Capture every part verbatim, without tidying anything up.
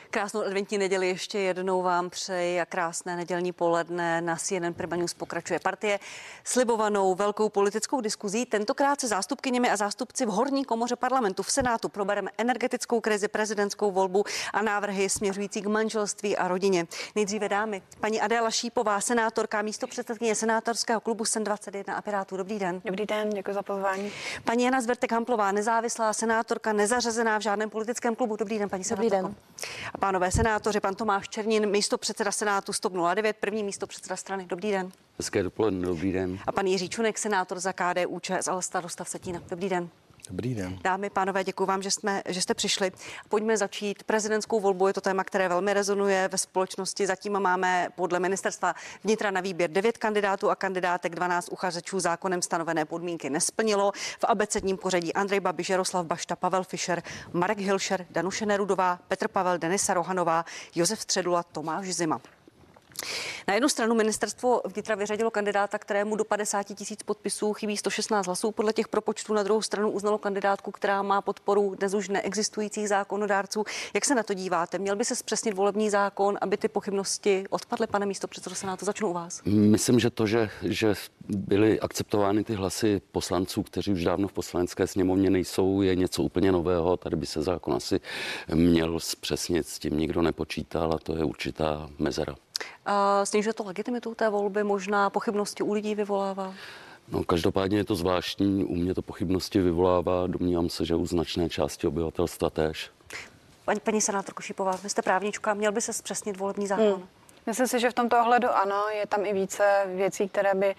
Krásnou adventní neděli ještě jednou vám přeji a krásné nedělní poledne. Na C N N Prima News pokračuje partie slibovanou velkou politickou diskuzí. Tentokrát se zástupkyněmi a zástupci v horní komoře parlamentu v Senátu probereme energetickou krizi, prezidentskou volbu a návrhy směřující k manželství a rodině. Nejdříve dámy. Paní Adéla Šípová, senátorka, místopředsedkyně senátorského klubu S E N dvacet jedna a Pirátů. Dobrý den. Dobrý den, děkuji za pozvání. Paní Jana Zvertek-Hamplová, nezávislá senátorka, nezařazená v žádném politickém klubu. Dobrý den, paní senátorko. Dobrý den. A pánové senátoři, pan Tomáš Černin, místopředseda Senátu S T O P nula devět, první místopředseda strany. Dobrý den. Hezké dopoledne, dobrý den. A pan Jiří Čunek, senátor za K D U Č S L, starosta Vsetína. Dobrý den. Dobrý den. Dámy, pánové, děkuji vám, že, jsme, že jste přišli. Pojďme začít prezidentskou volbu. Je to téma, které velmi rezonuje ve společnosti. Zatím máme podle ministerstva vnitra na výběr devět kandidátů a kandidátek, dvanáct uchazečů zákonem stanovené podmínky nesplnilo. V abecedním pořadí Andrej Babiš, Jaroslav Bašta, Pavel Fischer, Marek Hilšer, Danuše Nerudová, Petr Pavel, Denisa Rohanová, Josef Středula, Tomáš Zima. Na jednu stranu ministerstvo vnitra vyřadilo kandidáta, kterému do padesát tisíc podpisů chybí sto šestnáct hlasů podle těch propočtů. Na druhou stranu uznalo kandidátku, která má podporu dnes už neexistujících zákonodárců. Jak se na to díváte? Měl by se zpřesnit volební zákon, aby ty pochybnosti odpadly, pane místopředsedo Senátu? Začnu u vás. Myslím, že to, že, že byly akceptovány ty hlasy poslanců, kteří už dávno v poslanecké sněmovně nejsou, je něco úplně nového. Tady by se zákon asi měl zpřesnit, s tím nikdo nepočítal a to je určitá mezera. A snižuje to legitimitu té volby, možná pochybnosti u lidí vyvolává? No, každopádně je to zvláštní, u mě to pochybnosti vyvolává, domnívám se, že u značné části obyvatelstva též. Paní, paní senátorko Šípová, vy jste právnička, měl by se zpřesnit volební zákon? Hmm. Myslím si, že v tomto ohledu ano, je tam i více věcí, které by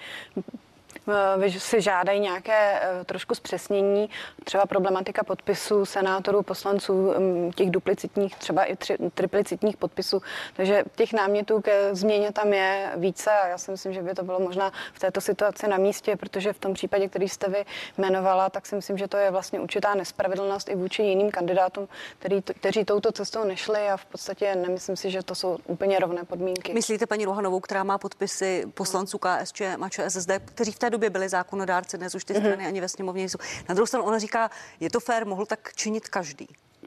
si žádají nějaké trošku zpřesnění, třeba problematika podpisů senátorů, poslanců, těch duplicitních, třeba i tři, triplicitních podpisů. Takže těch námětů ke změně tam je více a já si myslím, že by to bylo možná v této situaci na místě, protože v tom případě, který jste vy jmenovala, tak si myslím, že to je vlastně určitá nespravedlnost i vůči jiným kandidátům, který, kteří touto cestou nešli a v podstatě nemyslím si, že to jsou úplně rovné podmínky. Myslíte paní Rohanovou, která má podpisy poslanců K S Č M a Č S S D, kteří v té době byli zákonodárci, dnes už ty strany mm-hmm. ani ve sněmovně nejsou. Na druhou stranu ona říká, je to fér, mohl tak činit každý.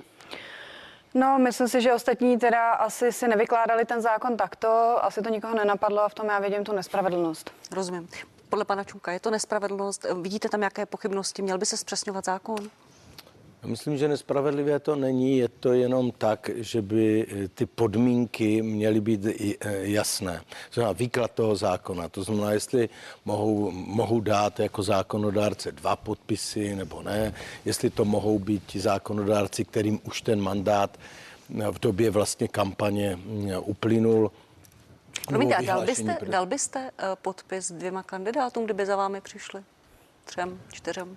No, myslím si, že ostatní teda asi si nevykládali ten zákon takto, asi to nikoho nenapadlo a v tom já vidím tu nespravedlnost. Rozumím. Podle pana Čunka je to nespravedlnost. Vidíte tam jaké pochybnosti? Měl by se zpřesňovat zákon? Myslím, že nespravedlivé to není, je to jenom tak, že by ty podmínky měly být jasné. To znamená výklad toho zákona, to znamená, jestli mohou, mohou dát jako zákonodárce dva podpisy nebo ne, jestli to mohou být ti zákonodárci, kterým už ten mandát v době vlastně kampaně uplynul. Promiňte, a dal byste, dal byste podpis dvěma kandidátům, kdyby za vámi přišli? Třem, čtyřem?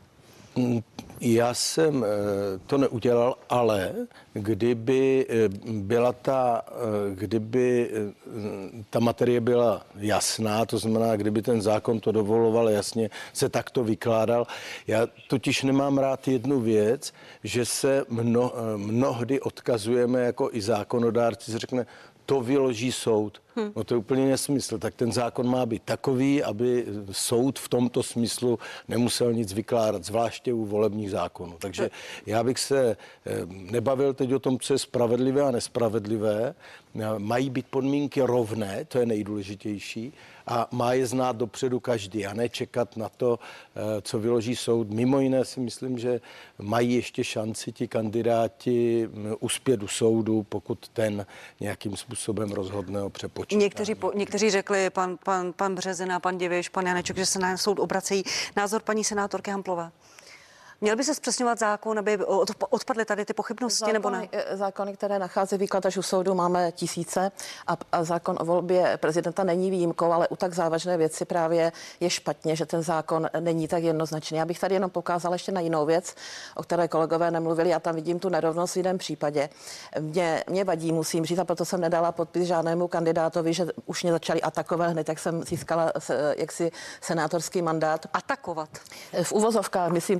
Já jsem to neudělal, ale kdyby byla ta, kdyby ta materie byla jasná, to znamená, kdyby ten zákon to dovoloval, jasně se takto vykládal. Já totiž nemám rád jednu věc, že se mno, mnohdy odkazujeme jako i zákonodárci, se řekne, to vyloží soud. Hmm. No to je úplně nesmysl. Tak ten zákon má být takový, aby soud v tomto smyslu nemusel nic vykládat, zvláště u volebních zákonů. Takže já bych se nebavil teď o tom, co je spravedlivé a nespravedlivé. Mají být podmínky rovné, to je nejdůležitější, a má je znát dopředu každý a ne čekat na to, co vyloží soud. Mimo jiné si myslím, že mají ještě šanci ti kandidáti uspět u soudu, pokud ten nějakým způsobem rozhodne o přepočtu. Někteří, po, někteří řekli, pan, pan, pan Březina, pan Diviš, pan Janeček, že se na soud obracejí. Názor paní senátorky Hamplové. Měl by se zpřesňovat zákon, aby odpadly tady ty pochybnosti, zákony, nebo ne? Zákony, které nachází výklad až u soudu, máme tisíce a, a zákon o volbě prezidenta není výjimkou, ale u tak závažné věci právě je špatně, že ten zákon není tak jednoznačný. Já bych tady jenom pokázala ještě na jinou věc, o které kolegové nemluvili. Já tam vidím tu nerovnost v jiném případě. Mě, mě vadí, musím říct, a proto jsem nedala podpis žádnému kandidátovi, že už mě začali atakovat hned, jak jsem získala jaksi senátorský mandát. Atakovat? V uvozovkách, myslím to samozřejmě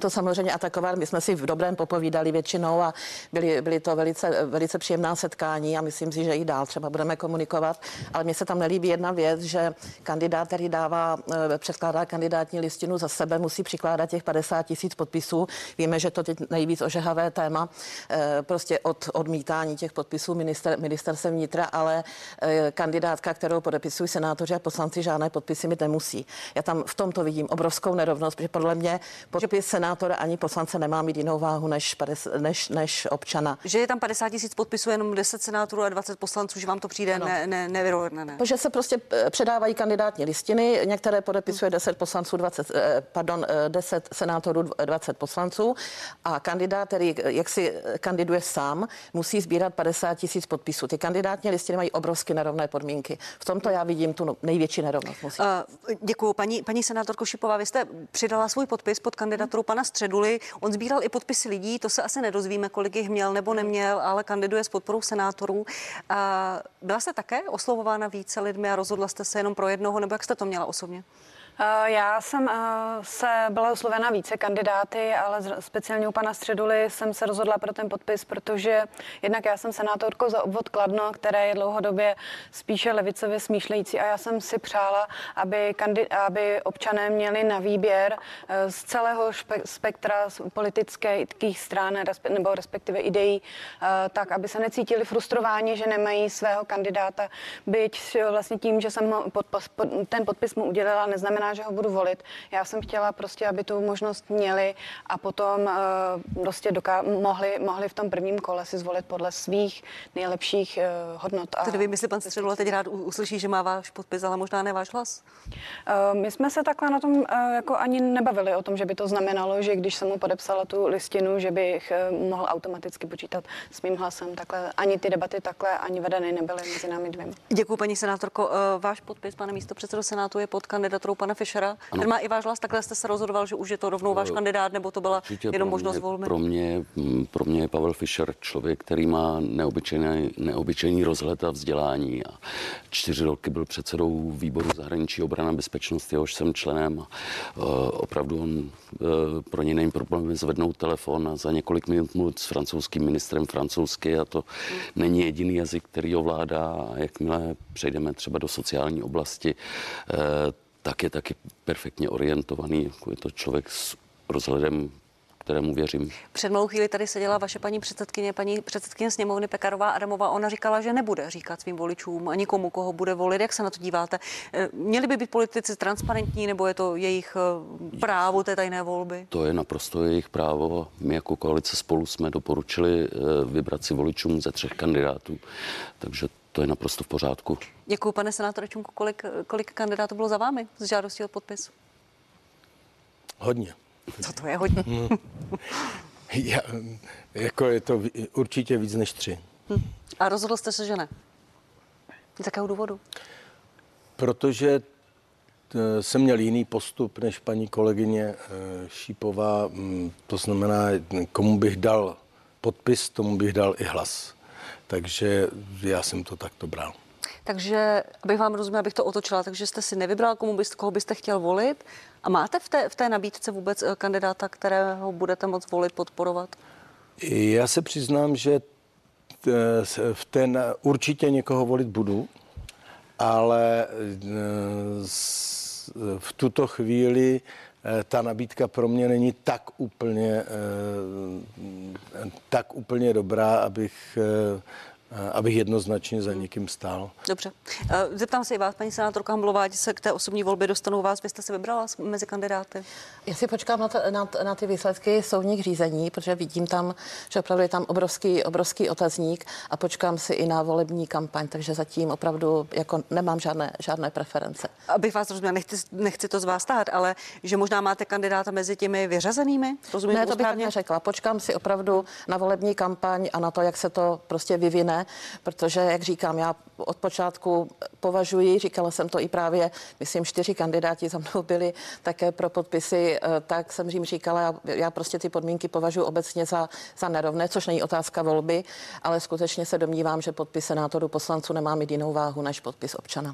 úplně atakovat. My jsme si v dobrém popovídali většinou a byly, byly to velice, velice příjemná setkání a myslím si, že i dál třeba budeme komunikovat. Ale mně se tam nelíbí jedna věc, že kandidát, který dává, předkládá kandidátní listinu za sebe, musí přikládat těch padesát tisíc podpisů. Víme, že to teď nejvíc ožehavé téma, prostě od odmítání těch podpisů minister, ministerstvem vnitra, ale kandidátka, kterou podepisují senátoři a poslanci, žádné podpisy mít nemusí. Já tam v tomto vidím obrovskou nerovnost, protože podle mě podpis senátora ani poslance nemá mít jinou váhu než, než, než občana. Že je tam padesát tisíc podpisů, jenom deset senátorů a dvacet poslanců, že vám to přijde no. ne, ne, nevyrovnané. Protože se prostě předávají kandidátní listiny, některé podepisuje deset poslanců, dvacet, pardon, deset senátorů, dvacet poslanců a kandidát, který jak si kandiduje sám, musí sbírat padesát tisíc podpisů. Ty kandidátní listiny mají obrovsky nerovné podmínky. V tomto já vidím tu největší nerovnost. Uh, děkuju. Paní, paní senátorko Šipová, vy jste přidala svůj podpis pod kandidaturu pana Středuly. On sbíral i podpisy lidí, to se asi nedozvíme, kolik jich měl nebo neměl, ale kandiduje s podporou senátorů. Uh, byla jste také oslovována více lidmi a rozhodla jste se jenom pro jednoho, nebo jak jste to měla osobně? Já jsem se byla oslovena více kandidáty, ale speciálně u pana Středuly jsem se rozhodla pro ten podpis, protože jednak já jsem senátorkou za obvod Kladno, které je dlouhodobě spíše levicově smýšlející a já jsem si přála, aby, kandid, aby občané měli na výběr z celého spektra politických stran nebo respektive ideí, tak, aby se necítili frustrováni, že nemají svého kandidáta, byť vlastně tím, že jsem ten podpis mu udělala, neznamená, že ho budu volit. Já jsem chtěla prostě, aby tu možnost měli a potom uh, prostě doká- mohli, mohli v tom prvním kole si zvolit podle svých nejlepších uh, hodnot. Tedy vy, jestli pan Středula teď rád uslyší, že má váš podpis, ale možná ne váš hlas? Uh, my jsme se takhle na tom uh, jako ani nebavili o tom, že by to znamenalo, že když jsem mu podepsala tu listinu, že bych uh, mohl automaticky počítat s mým hlasem. Takhle ani ty debaty takhle ani vedeny nebyly mezi námi dvěma. Děkuji, paní senátorko. Uh, váš podpis, pane místopředsedo Senátu, je pod kandidaturou pana Fischera. Ten má i váš hlas, takhle jste se rozhodoval, že už je to rovnou váš kandidát, nebo to byla Určitě jenom mě, možnost volby? Pro mě, pro mě je Pavel Fischer člověk, který má neobyčejný, neobyčejný rozhled a vzdělání. A čtyři roky byl předsedou výboru zahraničí, obrana, bezpečnost, jehož jsem členem. A, uh, opravdu on, uh, pro něj není problém zvednout telefon a za několik minut mluvit s francouzským ministrem francouzsky a to hmm. není jediný jazyk, který ovládá. A jakmile přejdeme třeba do sociální oblasti, uh, tak je taky perfektně orientovaný. Je to člověk s rozhledem, kterému věřím. Před malou chvíli tady seděla vaše paní předsedkyně, paní předsedkyně sněmovny Pekarová Adamová. Ona říkala, že nebude říkat svým voličům a nikomu, koho bude volit. Jak se na to díváte? Měli by být politici transparentní, nebo je to jejich právo té tajné volby? To je naprosto jejich právo. My jako koalice Spolu jsme doporučili vybrat si voličům ze třech kandidátů. Takže to je naprosto v pořádku. Děkuji, pane senátore Čunku. Kolik, kolik kandidátů bylo za vámi s žádostí o podpis? Hodně. Co to je hodně? Já, jako je to určitě víc než tři. Hm. A rozhodl jste se, že ne? Z jakého důvodu? Protože jsem měl jiný postup než paní kolegyně Šípová. To znamená, komu bych dal podpis, tomu bych dal i hlas. Takže já jsem to takto bral. Takže, abych vám rozuměla, abych to otočila, takže jste si nevybral, komu byste, koho byste chtěl volit. A máte v té, v té nabídce vůbec kandidáta, kterého budete moct volit, podporovat? Já se přiznám, že v ten určitě někoho volit budu, ale v tuto chvíli ta nabídka pro mě není tak úplně, tak úplně dobrá, abych abych jednoznačně za někým stál. Dobře. Zeptám se i vás, paní senátorka Hamblová, ať se k té osobní volbě dostanou vás. Vy jste se vybrala mezi kandidáty? Já si počkám na, t- na, t- na ty výsledky soudních řízení, protože vidím tam, že opravdu je tam obrovský, obrovský otazník a počkám si i na volební kampaň, takže zatím opravdu jako nemám žádné, žádné preference. Abych vás rozuměla, nechci, nechci to z vás stát, ale že možná máte kandidáta mezi těmi vyřazenými? Rozumím, ne, to bych tak neřekla. Počkám si opravdu na volební kampaň a na to, jak se to prostě vyvine, protože, jak říkám, já od počátku považuji, říkala jsem to i právě, myslím, čtyři kandidáti za mnou byli také pro podpisy, tak jsem jim říkala, já, já prostě ty podmínky považuji obecně za, za nerovné, což není otázka volby, ale skutečně se domnívám, že podpis senátorů poslanců nemá mít jinou váhu než podpis občana.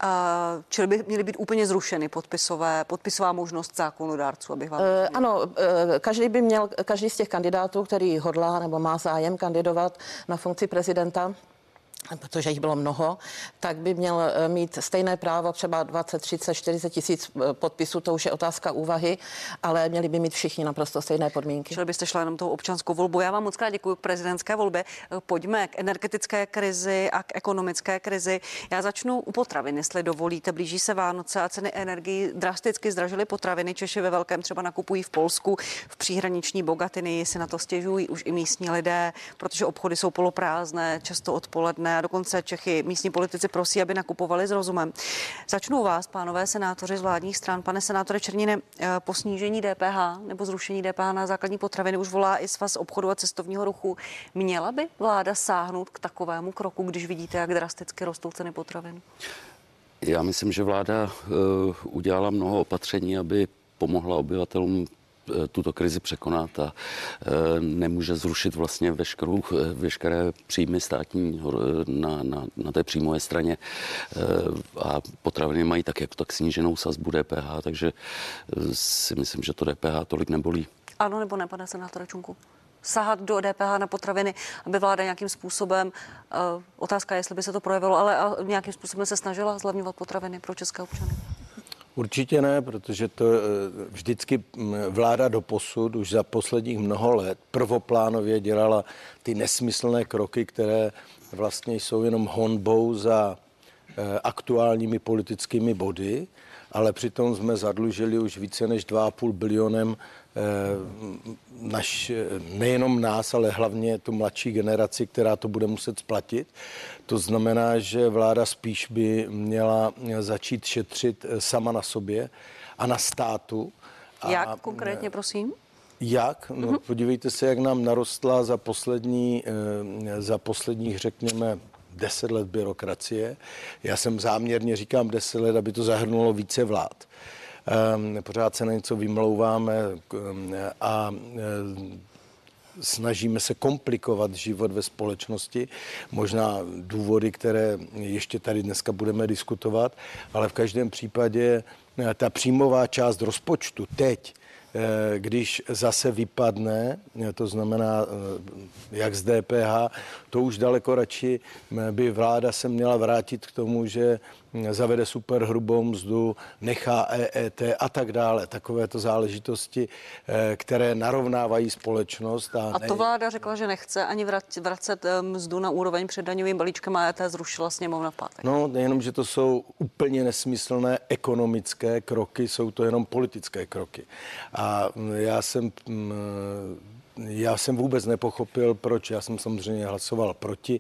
čili by měly být úplně zrušeny podpisové, podpisová možnost zákonodárců, abych vám... E, ano, e, každý by měl, každý z těch kandidátů, který hodlá nebo má zájem kandidovat na funkci prezidenta, protože jich bylo mnoho, tak by měl mít stejné právo, třeba dvacet, třicet, čtyřicet tisíc podpisů, to už je otázka úvahy, ale měli by mít všichni naprosto stejné podmínky. Čili byste šla jenom tou občanskou volbu. Já vám moc krát děkuji k prezidentské volbě. Pojďme k energetické krizi a k ekonomické krizi. Já začnu u potravin, jestli dovolíte. Blíží se Vánoce a ceny energií drasticky zdražily potraviny. Češi ve velkém třeba nakupují v Polsku, v příhraniční Bogatynii si na to stěžují už i místní lidé, protože obchody jsou poloprázdné, často odpoledne. A dokonce Čechy, místní politici prosí, aby nakupovali s rozumem. Začnu vás, pánové senátoři z vládních stran. Pane senátore Černíne, po snížení D P H nebo zrušení D P H na základní potraviny už volá i Svaz obchodu a cestovního ruchu. Měla by vláda sáhnout k takovému kroku, když vidíte, jak drasticky rostou ceny potravin? Já myslím, že vláda uh, udělala mnoho opatření, aby pomohla obyvatelům tuto krizi překonat a nemůže zrušit vlastně veškerou, veškeré příjmy státní na, na, na té příjmové straně a potraviny mají tak jako tak sníženou sazbu D P H, takže si myslím, že to D P H tolik nebolí. Ano nebo ne, pane senátore Čunku? Sahat do D P H na potraviny, aby vláda nějakým způsobem, uh, otázka je, jestli by se to projevilo, ale uh, nějakým způsobem se snažila zlevňovat potraviny pro české občany. Určitě ne, protože to vždycky vláda doposud už za posledních mnoho let prvoplánově dělala ty nesmyslné kroky, které vlastně jsou jenom honbou za aktuálními politickými body, ale přitom jsme zadlužili už více než dva a půl bilionem naš, nejenom nás, ale hlavně tu mladší generaci, která to bude muset splatit. To znamená, že vláda spíš by měla začít šetřit sama na sobě a na státu. Jak a, konkrétně, prosím? Jak? No, mm-hmm. Podívejte se, jak nám narostla za poslední, za posledních, řekněme, deset let byrokracie. Já jsem záměrně říkám deset let, aby to zahrnulo více vlád. Um, pořád se na něco vymlouváme um, a um, snažíme se komplikovat život ve společnosti. Možná důvody, které ještě tady dneska budeme diskutovat, ale v každém případě ta příjmová část rozpočtu teď, když zase vypadne, to znamená jak z D P H, to už daleko radši by vláda se měla vrátit k tomu, že zavede superhrubou mzdu, nechá E E T a tak dále. Takovéto záležitosti, které narovnávají společnost. A, a to vláda řekla, že nechce ani vracet mzdu na úroveň před daňovým balíčkem a E E T zrušila sněmovna v pátek. No, nejenom, že to jsou úplně nesmyslné ekonomické kroky, jsou to jenom politické kroky. A já jsem... Já jsem vůbec nepochopil, proč. Já jsem samozřejmě hlasoval proti,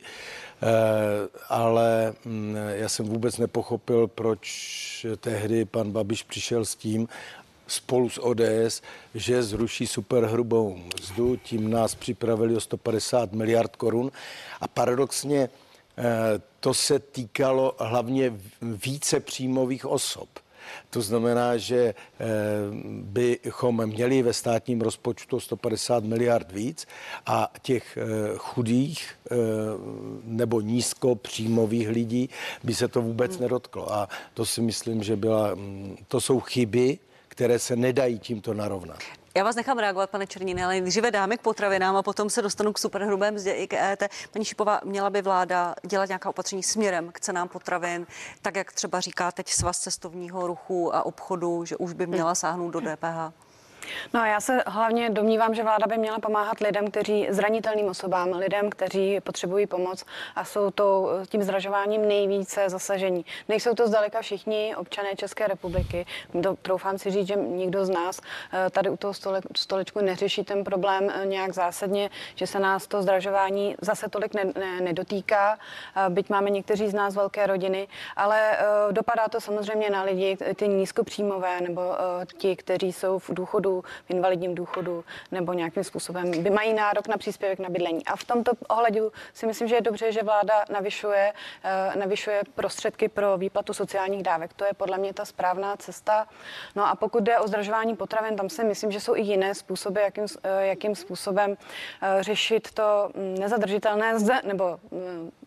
ale já jsem vůbec nepochopil, proč tehdy pan Babiš přišel s tím, spolu s O D S, že zruší superhrubou mzdu, tím nás připravili o sto padesát miliard korun a paradoxně to se týkalo hlavně více příjmových osob. To znamená, že bychom měli ve státním rozpočtu sto padesát miliard víc a těch chudých nebo nízkopříjmových lidí by se to vůbec nedotklo. A to si myslím, že byla, to jsou chyby, které se nedají tímto narovnat. Já vás nechám reagovat, pane Černíne, ale nejdříve dáme k potravinám a potom se dostanu k superhrubé mzdě i k E E T. Paní Šipová, měla by vláda dělat nějaká opatření směrem k cenám potravin, tak jak třeba říká teď Svaz cestovního ruchu a obchodu, že už by měla sáhnout do D P H? No já se hlavně domnívám, že vláda by měla pomáhat lidem, kteří zranitelným osobám, lidem, kteří potřebují pomoc a jsou to tím zdražováním nejvíce zasažení. Nejsou to zdaleka všichni občané České republiky. Troufám si říct, že nikdo z nás tady u toho stole, stolečku neřeší ten problém nějak zásadně, že se nás to zdražování zase tolik ne, ne, nedotýká, byť máme někteří z nás velké rodiny, ale dopadá to samozřejmě na lidi, ty nízkopříjmové nebo ti, kteří jsou v důchodu, v invalidním důchodu nebo nějakým způsobem by mají nárok na příspěvek na bydlení. A v tomto ohledu si myslím, že je dobře, že vláda navyšuje, navyšuje prostředky pro výplatu sociálních dávek. To je podle mě ta správná cesta. No a pokud jde o zdražování potravin, tam si myslím, že jsou i jiné způsoby, jakým, jakým způsobem řešit to nezadržitelné zde, nebo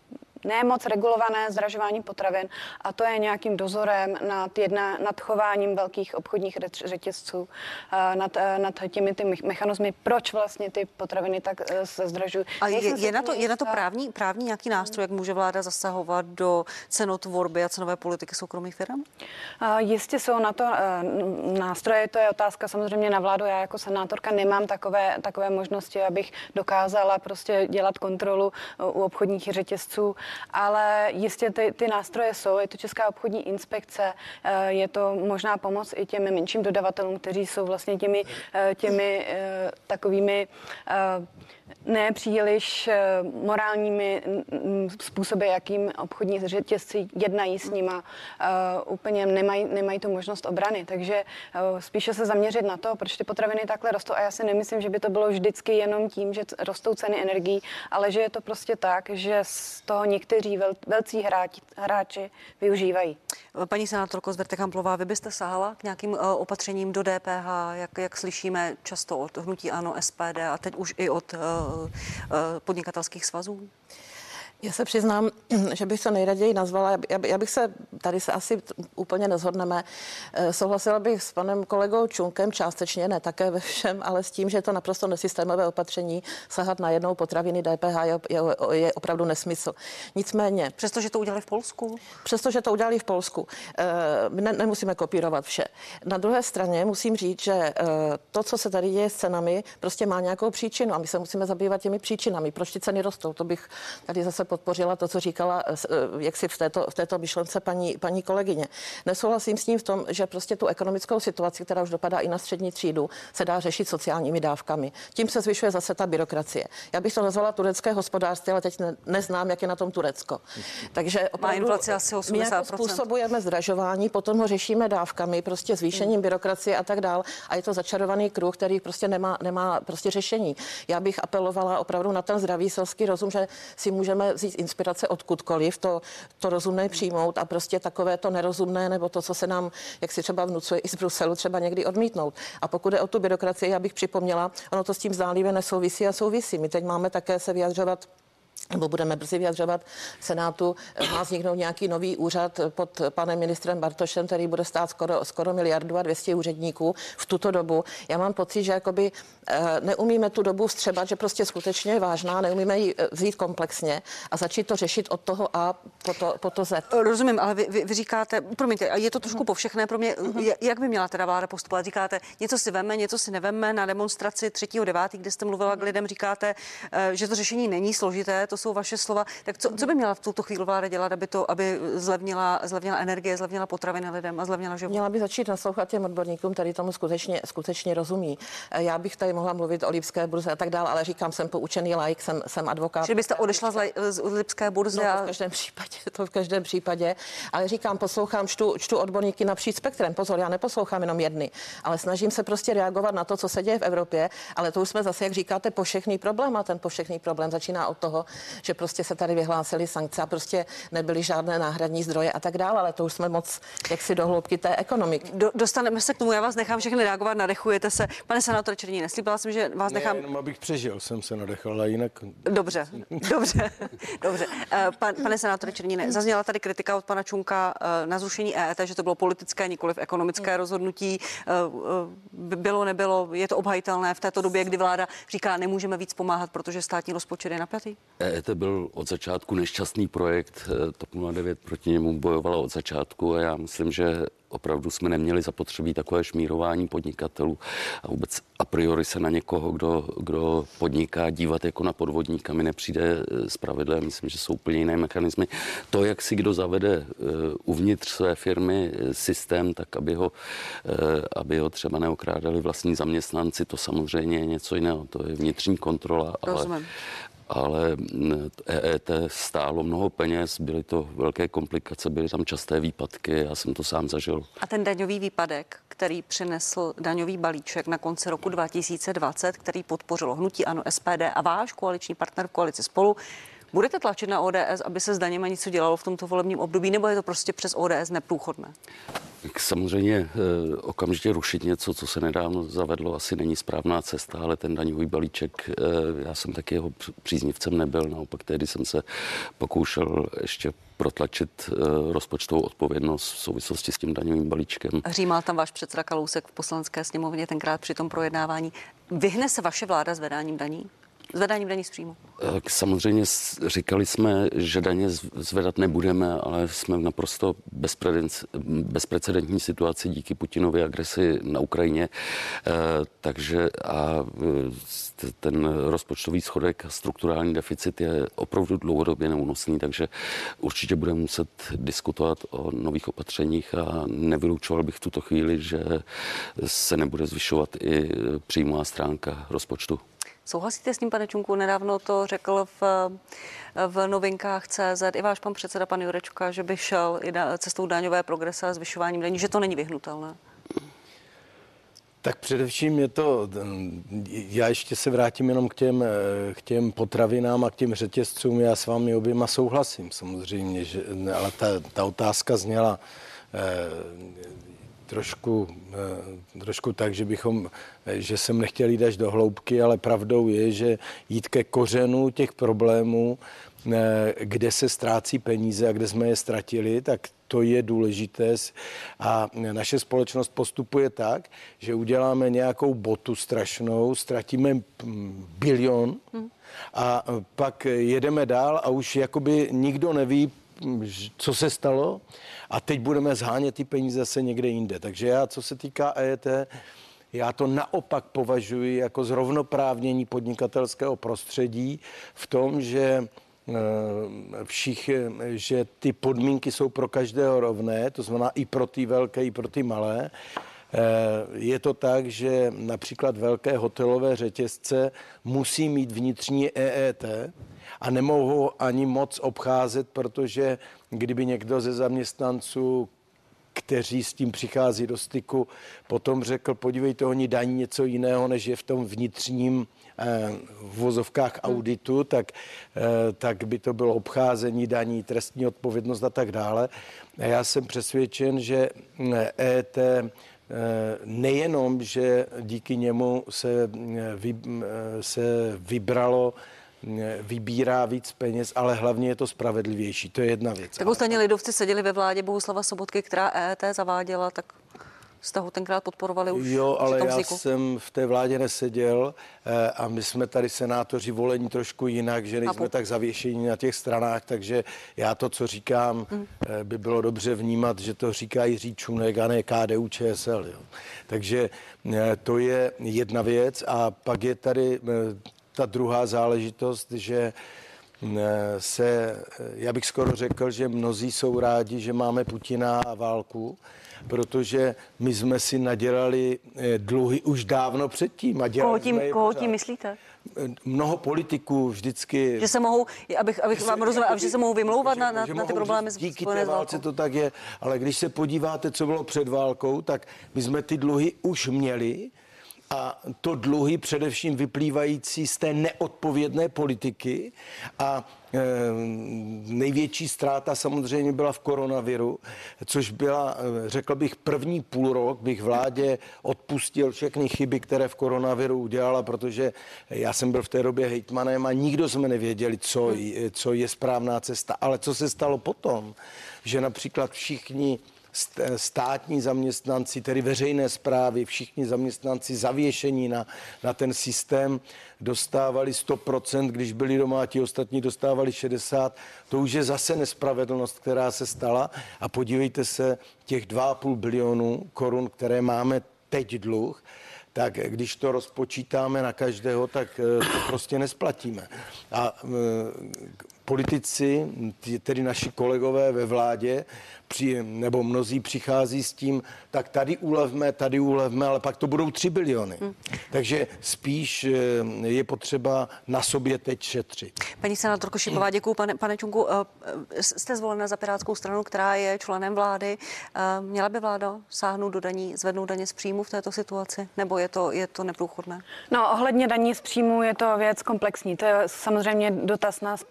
ne moc regulované zdražování potravin a to je nějakým dozorem nad, jedna, nad chováním velkých obchodních řetězců, nad, nad těmi ty mechanizmy, proč vlastně ty potraviny tak se zdražují. A je, je, na to, je na to právní, právní nějaký nástroj, jak může vláda zasahovat do cenotvorby a cenové politiky soukromých firm? Jistě jsou na to nástroje, to je otázka samozřejmě na vládu. Já jako senátorka nemám takové, takové možnosti, abych dokázala prostě dělat kontrolu u obchodních řetězců, ale jistě ty, ty nástroje jsou. Je to Česká obchodní inspekce, je to možná pomoc i těm menším dodavatelům, kteří jsou vlastně těmi, těmi takovými nepříliš morálními způsoby, jakým obchodní řetězci jednají s nima, úplně nemají, nemají tu možnost obrany. Takže spíše se zaměřit na to, proč ty potraviny takhle rostou. A já si nemyslím, že by to bylo vždycky jenom tím, že rostou ceny energií, ale že je to prostě tak, že z toho někteří vel, velcí hráči, hráči využívají. Paní senátorko Zvrtek-Hamplová, vy byste sahala k nějakým uh, opatřením do D P H, jak, jak slyšíme často od hnutí ANO, S P D a teď už i od uh, uh, podnikatelských svazů? Já se přiznám, že bych to nejraději nazvala, já bych se, tady se asi úplně nezhodneme, souhlasila bych s panem kolegou Čunkem částečně, ne také ve všem, ale s tím, že je to naprosto nesystémové opatření, sahat na jednou potraviny D P H je, je, je opravdu nesmysl. Nicméně... Přestože to udělali v Polsku? Přestože to udělali v Polsku. My ne, nemusíme kopírovat vše. Na druhé straně musím říct, že to, co se tady děje s cenami, prostě má nějakou příčinu a my se musíme zabývat těmi příčinami. Proč ty ceny rostou? To bych tady zase podpořila to, co říkala jak si v této, v této myšlence paní, paní kolegyně. Nesouhlasím s ním v tom, že prostě tu ekonomickou situaci, která už dopadá i na střední třídu, se dá řešit sociálními dávkami. Tím se zvyšuje zase ta byrokracie. Já bych to nazvala turecké hospodářství, ale teď ne, neznám, jak je na tom Turecko. Takže opravdu inflace asi osmdesát procent. My jako způsobujeme zdražování, potom ho řešíme dávkami, prostě zvýšením byrokracie a tak dál. A je to začarovaný kruh, který prostě nemá, nemá prostě řešení. Já bych apelovala opravdu na ten zdravý selský rozum, že si můžeme vzít inspirace odkudkoliv, to, to rozumné přijmout a prostě takové to nerozumné nebo to, co se nám, jak si třeba vnucuje i z Bruselu, třeba někdy odmítnout. A pokud je o tu byrokracii, já bych připomněla, ono to s tím zdánlivě nesouvisí a souvisí. My teď máme také se vyjadřovat nebo budeme brzy vyjadřovat v Senátu, má vzniknout nějaký nový úřad pod panem ministrem Bartošem, který bude stát skoro, skoro miliardu a dvě stě úředníků v tuto dobu. Já mám pocit, že jakoby neumíme tu dobu vstřebat, že prostě skutečně je vážná, neumíme ji vzít komplexně a začít to řešit od toho A po to, po to Z. Rozumím, ale vy, vy, vy říkáte, promiňte, je to trošku povšechné pro mě, uh-huh. Jak by měla teda vláda postupovat? Říkáte, něco si veme, něco si neveme. Na demonstraci třetího devátého, kde jste mluvila k lidem, říkáte, že to řešení není složité, to jsou vaše slova. Tak co, co by měla v tuto chvíli vláda dělat, aby to, aby zlevnila, zlevnila energie, zlevnila potraviny lidem a zlevnila život? Měla by začít naslouchat těm odborníkům, který tomu skutečně, skutečně rozumí. Já bych tady mohla mluvit o Lipské burze a tak dále, ale říkám, jsem poučený laik, jsem, jsem advokát. Že byste odešla z, z Lipské burzy? No, a... to v každém případě, to v každém případě. Ale říkám, poslouchám, čtu, čtu odborníky napříč spektrem. Pozor, já neposlouchám jenom jedny, ale snažím se prostě reagovat na to, co se děje v Evropě, ale to už jsme zase, jak říkáte, povšechný problém a ten povšechný problém začíná od toho, že prostě se tady vyhlásily sankce a prostě nebyly žádné náhradní zdroje a tak dále, ale to už jsme moc jaksi do hloubky té ekonomiky. Do, dostaneme se k tomu, já vás nechám všechny reagovat, nadechujete se. Pane senátore Černý, neslíbila jsem, že vás ne, nechám... jenom abych přežil, jsem se nadechal, a jinak... Dobře, dobře, dobře. Pan, pane senátore Černíne, zazněla tady kritika od pana Čunka na zrušení E E T, že to bylo politické, nikoliv ekonomické rozhodnutí. Bylo, nebylo, je to obhajitelné v této době, kdy vláda říká, nemůžeme víc pomáhat, protože státní rozpočet je napjatý? E E T byl od začátku nešťastný projekt, TOP nula devět proti němu bojovala od začátku a já myslím, že opravdu jsme neměli zapotřebí takové šmírování podnikatelů a vůbec a priori se na někoho, kdo, kdo podniká, dívat jako na podvodníka mi nepřijde spravedlivé. Myslím, že jsou úplně jiné mechanismy. To, jak si kdo zavede uh, uvnitř své firmy systém, tak aby ho, uh, aby ho třeba neokrádali vlastní zaměstnanci, to samozřejmě je něco jiného. To je vnitřní kontrola. Rozumím. Ale ale E E T stálo mnoho peněz, byly to velké komplikace, byly tam časté výpadky, já jsem to sám zažil. A ten daňový výpadek, který přinesl daňový balíček na konci roku dva tisíce dvacet, který podpořilo hnutí ANO, S P D a váš koaliční partner v koalici Spolu, Budete tlačit na O D S, aby se s daněmi něco dělalo v tomto volebním období, nebo je to prostě přes O D S neprůchodné? Samozřejmě okamžitě rušit něco, co se nedávno zavedlo, asi není správná cesta, ale ten daňový balíček, já jsem taky jeho příznivcem nebyl, naopak tehdy jsem se pokoušel ještě protlačit rozpočtovou odpovědnost v souvislosti s tím daňovým balíčkem. Římal tam váš předseda Kalousek v Poslanecké sněmovně tenkrát při tom projednávání. Vyhne se vaše vláda zvedáním daní? Zvedáním daní z příjmu? Samozřejmě říkali jsme, že daně zvedat nebudeme, ale jsme v naprosto bezprecedentní situaci díky Putinově agresi na Ukrajině. Takže a ten rozpočtový schodek a strukturální deficit je opravdu dlouhodobě neúnosný, takže určitě budeme muset diskutovat o nových opatřeních a nevylučoval bych v tuto chvíli, že se nebude zvyšovat i příjmová stránka rozpočtu. Souhlasíte s tím, pane Čunku? Nedávno to řekl v, v novinkách C Z i váš pan předseda, pan Jurečka, že by šel i da, cestou daňové progrese a zvyšováním daní, že to není vyhnutelné. Tak především je to, já ještě se vrátím jenom k těm, k těm potravinám a k těm řetězcům. Já s vámi oběma souhlasím samozřejmě, že, ale ta, ta otázka zněla eh, trošku, eh, trošku tak, že bychom, že jsem nechtěl jít až do hloubky, ale pravdou je, že jít ke kořenu těch problémů, eh, kde se ztrácí peníze a kde jsme je ztratili, tak to je důležité a naše společnost postupuje tak, že uděláme nějakou botu strašnou, ztratíme bilion a pak jedeme dál a už jakoby nikdo neví, co se stalo a teď budeme zhánět ty peníze zase někde jinde. Takže já, co se týká E T, já to naopak považuji jako zrovnoprávnění podnikatelského prostředí v tom, že všich, že ty podmínky jsou pro každého rovné, to znamená i pro ty velké, i pro ty malé. Je to tak, že například velké hotelové řetězce musí mít vnitřní E E T a nemohou ani moc obcházet, protože kdyby někdo ze zaměstnanců, kteří s tím přichází do styku, potom řekl, podívejte, oni daní něco jiného, než je v tom vnitřním v vozovkách auditu, tak, tak by to bylo obcházení daní, trestní odpovědnost a tak dále. A já jsem přesvědčen, že E T nejenom, že díky němu se, vy, se vybralo vybírá víc peněz, ale hlavně je to spravedlivější. To je jedna věc. Tak ostatně lidovci seděli ve vládě Bohuslava Sobotky, která E E T zaváděla, tak jste ho tenkrát podporovali už. Jo, ale já vzniku. jsem v té vládě neseděl a my jsme tady senátoři volení trošku jinak, že nejsme tak zavěšení na těch stranách, takže já to, co říkám, mm. by bylo dobře vnímat, že to říká Jiří Čunek a ne K D U Č S L. Jo. Takže to je jedna věc a pak je tady ta druhá záležitost, že se, já bych skoro řekl, že mnozí jsou rádi, že máme Putina a válku, protože my jsme si nadělali dluhy už dávno předtím. A koho tím, koho tím myslíte? Mnoho politiků vždycky... Že se mohou, abych, abych vám rozuměl, že se mohou vymlouvat na, na, na ty problémy s díky té válce to tak je, ale když se podíváte, co bylo před válkou, tak my jsme ty dluhy už měli, a to dluhy především vyplývající z té neodpovědné politiky a e, největší ztráta samozřejmě byla v koronaviru, což byla, řekl bych, první půl rok bych vládě odpustil všechny chyby, které v koronaviru udělala, protože já jsem byl v té době hejtmanem a nikdo jsme nevěděli, co, co je správná cesta. Ale co se stalo potom, že například všichni státní zaměstnanci, tedy veřejné správy, všichni zaměstnanci zavěšení na, na ten systém dostávali sto procent, když byli doma a ti ostatní dostávali šedesát procent. To už je zase nespravedlnost, která se stala a podívejte se, těch dva a půl bilionu korun, které máme teď dluh, tak když to rozpočítáme na každého, tak to prostě nesplatíme. A e, politici, tedy naši kolegové ve vládě, při, nebo mnozí přichází s tím, tak tady ulevme, tady ulevme, ale pak to budou tři biliony. Hmm. Takže spíš je potřeba na sobě teď šetřit. Paní senátorko Šipová, děkuju. Pane, pane Čunku, jste zvolena za Pirátskou stranu, která je členem vlády. Měla by vláda sáhnout do daní, zvednout daně z příjmu v této situaci? Nebo je to, je to neprůchodné? No, ohledně daní z příjmu je to věc komplexní. To je samozřejmě dotaz nás pana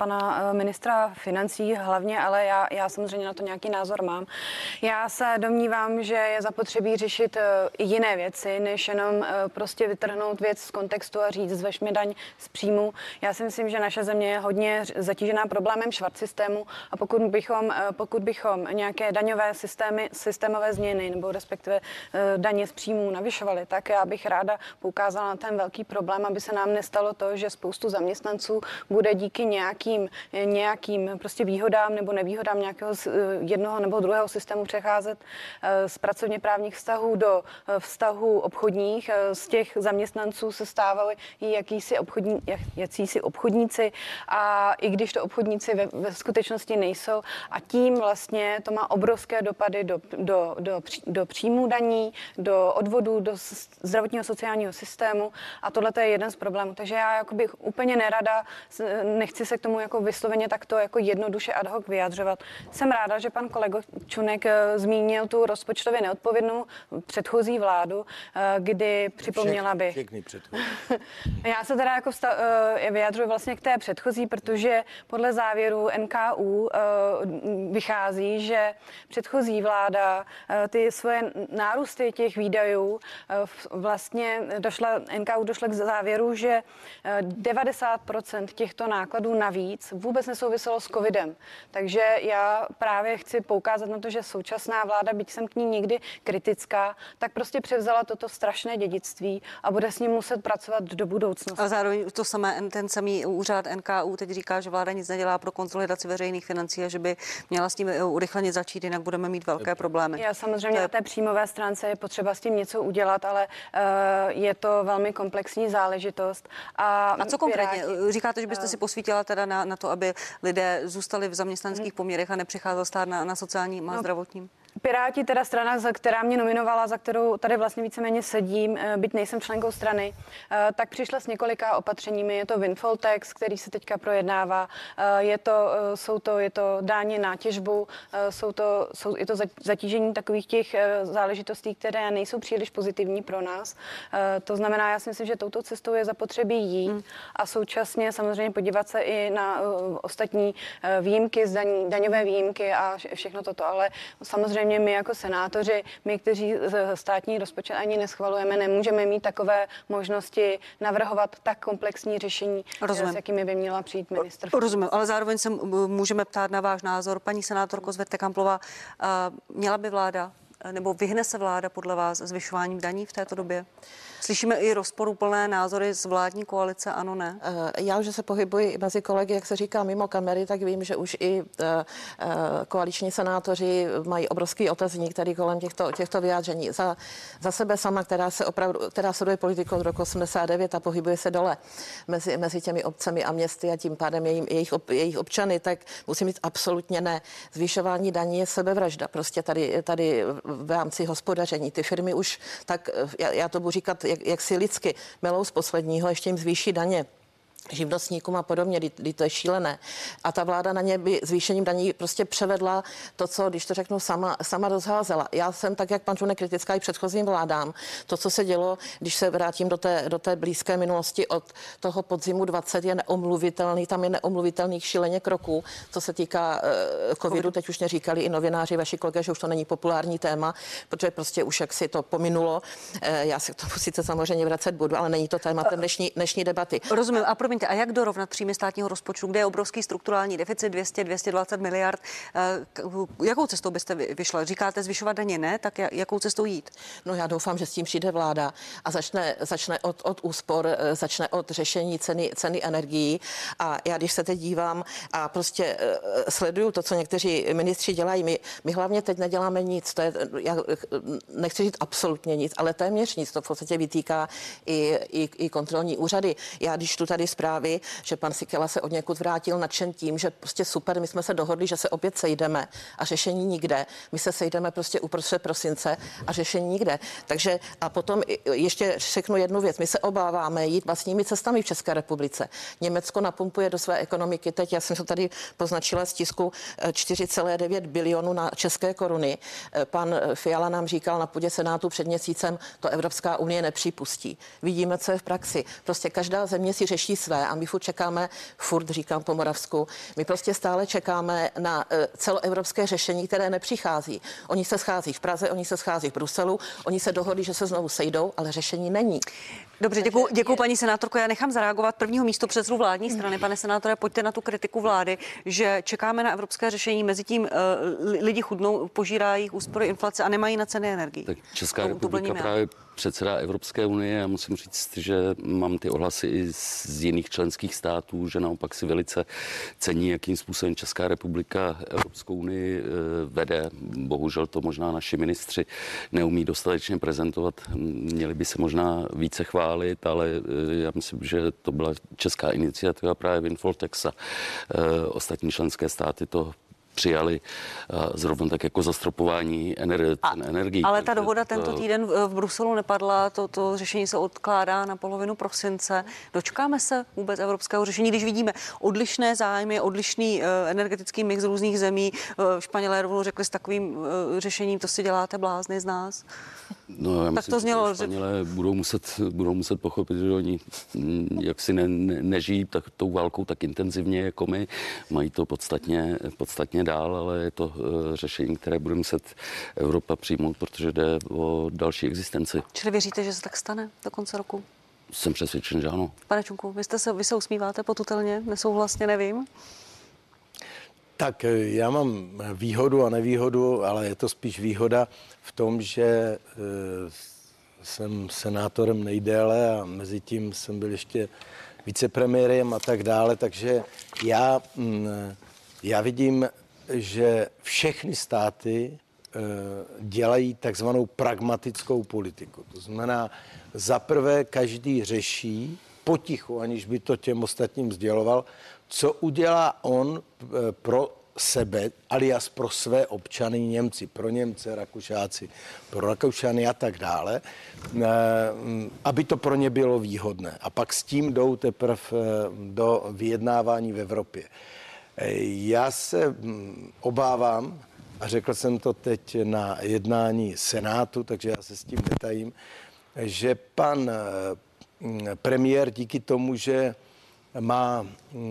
ministra financí hlavně, ale já, já samozřejmě na to nějaký názor mám. Já se domnívám, že je zapotřebí řešit i jiné věci, než jenom prostě vytrhnout věc z kontextu a říct, zvežme daň z příjmu. Já si myslím, že naše země je hodně zatížená problémem švart systému a pokud bychom, pokud bychom nějaké daňové systémy, systémové změny nebo respektive daně z příjmů navyšovali, tak já bych ráda poukázala na ten velký problém, aby se nám nestalo to, že spoustu zaměstnanců bude díky nějakým, nějakým prostě výhodám nebo nevýhodám nějakého jednoho nebo druhého systému přecházet z pracovně právních vztahů do vztahů obchodních. Z těch zaměstnanců se stávají jakýsi obchodní, jakýsi obchodníci a i když to obchodníci ve, ve skutečnosti nejsou a tím vlastně to má obrovské dopady do, do, do, do příjmů daní, do odvodů, do zdravotního sociálního systému a tohle je jeden z problémů. Takže já jakoby úplně nerada, nechci se k tomu jako vysloveně takto jako jednoduše ad hoc vyjadřovat. Jsem ráda, že pan kolego Čunek zmínil tu rozpočtově neodpovědnou předchozí vládu, kdy připomněla by. Všechny předchozí. Já se teda jako vsta- vyjadřuji vlastně k té předchozí, protože podle závěru N K U vychází, že předchozí vláda ty svoje nárůsty těch výdajů vlastně došla, N K U došla k závěru, že devadesát procent těchto nákladů navíc vůbec nesouviselo s covidem. Takže já právě chci poukázat na to, že současná vláda, byť jsem k ní nikdy kritická, tak prostě převzala toto strašné dědictví a bude s ním muset pracovat do budoucnosti. A zároveň to samé, ten samý úřad N K U teď říká, že vláda nic nedělá pro konsolidaci veřejných financí a že by měla s tím urychleně začít, jinak budeme mít velké problémy. Já samozřejmě na té příjmové stránce je potřeba s tím něco udělat, ale uh, je to velmi komplexní záležitost. A, a co konkrétně? Piráti, Říkáte, že byste si posvítila teda na, na to, aby lidé zůstali v zaměstnanských poměrech a nepřicházel stát na, na sociálním a no, zdravotním? Piráti, teda strana, za která mě nominovala, za kterou tady vlastně víceméně sedím, byť nejsem členkou strany, tak přišla s několika opatřeními. Je to windfall tax, který se teďka projednává, je to, jsou to, je to dáně na těžbu, jsou to, jsou, je to zatížení takových těch záležitostí, které nejsou příliš pozitivní pro nás. To znamená, já si myslím, že touto cestou je zapotřebí jít hmm. a současně samozřejmě podívat se i na ostatní výjimky, zdaní, daňové výjimky a všechno toto, ale samozřejmě my jako senátoři, my, kteří státní rozpočet ani neschvalujeme, nemůžeme mít takové možnosti navrhovat tak komplexní řešení, Rozumím. s jakými by měla přijít ministr. Rozumím, ale zároveň se můžeme ptát na váš názor. Paní senátorko Zvedte-Kamplová, měla by vláda nebo vyhne se vláda podle vás zvyšováním daní v této době? Slyšíme i rozporuplné názory z vládní koalice, ano, ne? Já už se pohybuji mezi kolegy, jak se říká, mimo kamery, tak vím, že už i koaliční senátoři mají obrovský otazník tady kolem těchto, těchto vyjádření. Za, za sebe sama, která se opravdu, která sleduje politiku od roku osmdesát devět a pohybuje se dole mezi, mezi těmi obcemi a městy a tím pádem jejich, jejich, jejich občany, tak musím říct absolutně ne. Zvyšování daní je sebevražda. Prostě tady, tady v rámci hospodaření. Ty firmy už tak, já, já to budu říkat, jak, jak si lidsky melou z posledního, ještě jim zvýší daně živnostníkům a podobně, kdy to je šílené. A ta vláda na ně by zvýšením daní prostě převedla to, co, když to řeknu, sama, sama rozházela. Já jsem tak, jak pan Čunek, kritická i předchozím vládám. To, co se dělo, když se vrátím do té, do té blízké minulosti od toho podzimu dvacet, je neomluvitelný, tam je neomluvitelných šíleně kroků, co se týká uh, covidu. Teď už neříkali i novináři, vaši kolegové, že už to není populární téma, protože prostě už jak si to pominulo. Uh, já se k tomu sice samozřejmě vracet budu, ale není to tématem dnešní, dnešní debaty. Rozumím. A promiňte, a jak dorovnat příjmy státního rozpočtu, kde je obrovský strukturální deficit dvě stě až dvě stě dvacet miliard? Jakou cestou byste vyšla? Říkáte zvyšovat daně, ne? Tak jakou cestou jít? No já doufám, že s tím přijde vláda a začne, začne od, od úspor, začne od řešení ceny, ceny energií. A já, když se teď dívám a prostě uh, sleduju to, co někteří ministři dělají, my, my hlavně teď neděláme nic. To je, já nechci říct absolutně nic, ale téměř nic. To v podstatě vytýká i, i, i kontrolní úřady. Já, když tu tady zprávy, že pan Síkela se od někud vrátil nadšen tím, že prostě super, my jsme se dohodli, že se opět sejdeme a řešení nikde. My se sejdeme prostě uprostřed prosince a řešení nikde. Takže a potom ještě řeknu jednu věc. My se obáváme jít vlastními cestami v České republice. Německo napumpuje do své ekonomiky teď, já jsem to tady poznačila z tisku, čtyři celé devět bilionu na české koruny. Pan Fiala nám říkal na půdě Senátu před měsícem, to Evropská unie nepřipustí. Vidíme, co je v praxi. Prostě každá země si řeší své. své a my furt čekáme, furt říkám po Moravsku, my prostě stále čekáme na uh, celoevropské řešení, které nepřichází. Oni se schází v Praze, oni se schází v Bruselu, oni se dohodli, že se znovu sejdou, ale řešení není. Dobře, děkuji, děkuji paní senátorko. Já nechám zareagovat prvního místo předsedu vládní strany. Pane senátore, pojďte na tu kritiku vlády, že čekáme na evropské řešení, mezi tím uh, lidi chudnou, požírají úspory inflace a nemají na ceny energií. Tak Česká to, republika to právě předsedá Evropské unie a musím říct, že mám ty ohlasy i z jiných členských států, že naopak si velice cení, jakým způsobem Česká republika Evropskou unii vede. Bohužel to možná naši ministři neumí dostatečně prezentovat. Měli by se možná více chválit, ale já myslím, že to byla česká iniciativa právě windfall tax a ostatní členské státy to přijali zrovna tak jako zastropování ener- a, energií. Ale ta dohoda tento týden v, v Bruselu nepadla, to, to řešení se odkládá na polovinu prosince. Dočkáme se vůbec evropského řešení, když vidíme odlišné zájmy, odlišný uh, energetický mix z různých zemí. Uh, Španělé rovnou řekli s takovým uh, řešením, to si děláte blázny z nás. No, já tak myslím, to znělo, že Španělé budou muset, budou muset pochopit, že oni jak si ne, ne, nežijí tak, tou válkou tak intenzivně jako my. Mají to podstatně, podstatně dál, ale je to uh, řešení, které bude muset Evropa přijmout, protože jde o další existenci. Čili věříte, že se tak stane do konce roku? Jsem přesvědčen, že ano. Pane Čunku, vy, jste se, vy se usmíváte potutelně, nesouhlasně, nevím. Tak já mám výhodu a nevýhodu, ale je to spíš výhoda v tom, že e, jsem senátorem nejdéle a mezi tím jsem byl ještě vicepremiérem a tak dále, takže já, m, já vidím, že všechny státy e, dělají takzvanou pragmatickou politiku. To znamená, zaprvé každý řeší potichu, aniž by to těm ostatním sděloval, co udělá on pro sebe, alias pro své občany, Němci, pro Němce, Rakušáci, pro Rakušany a tak dále, aby to pro ně bylo výhodné. A pak s tím jdou teprve do vyjednávání v Evropě. Já se obávám, a řekl jsem to teď na jednání Senátu, takže já se s tím netajím, že pan premiér díky tomu, že má,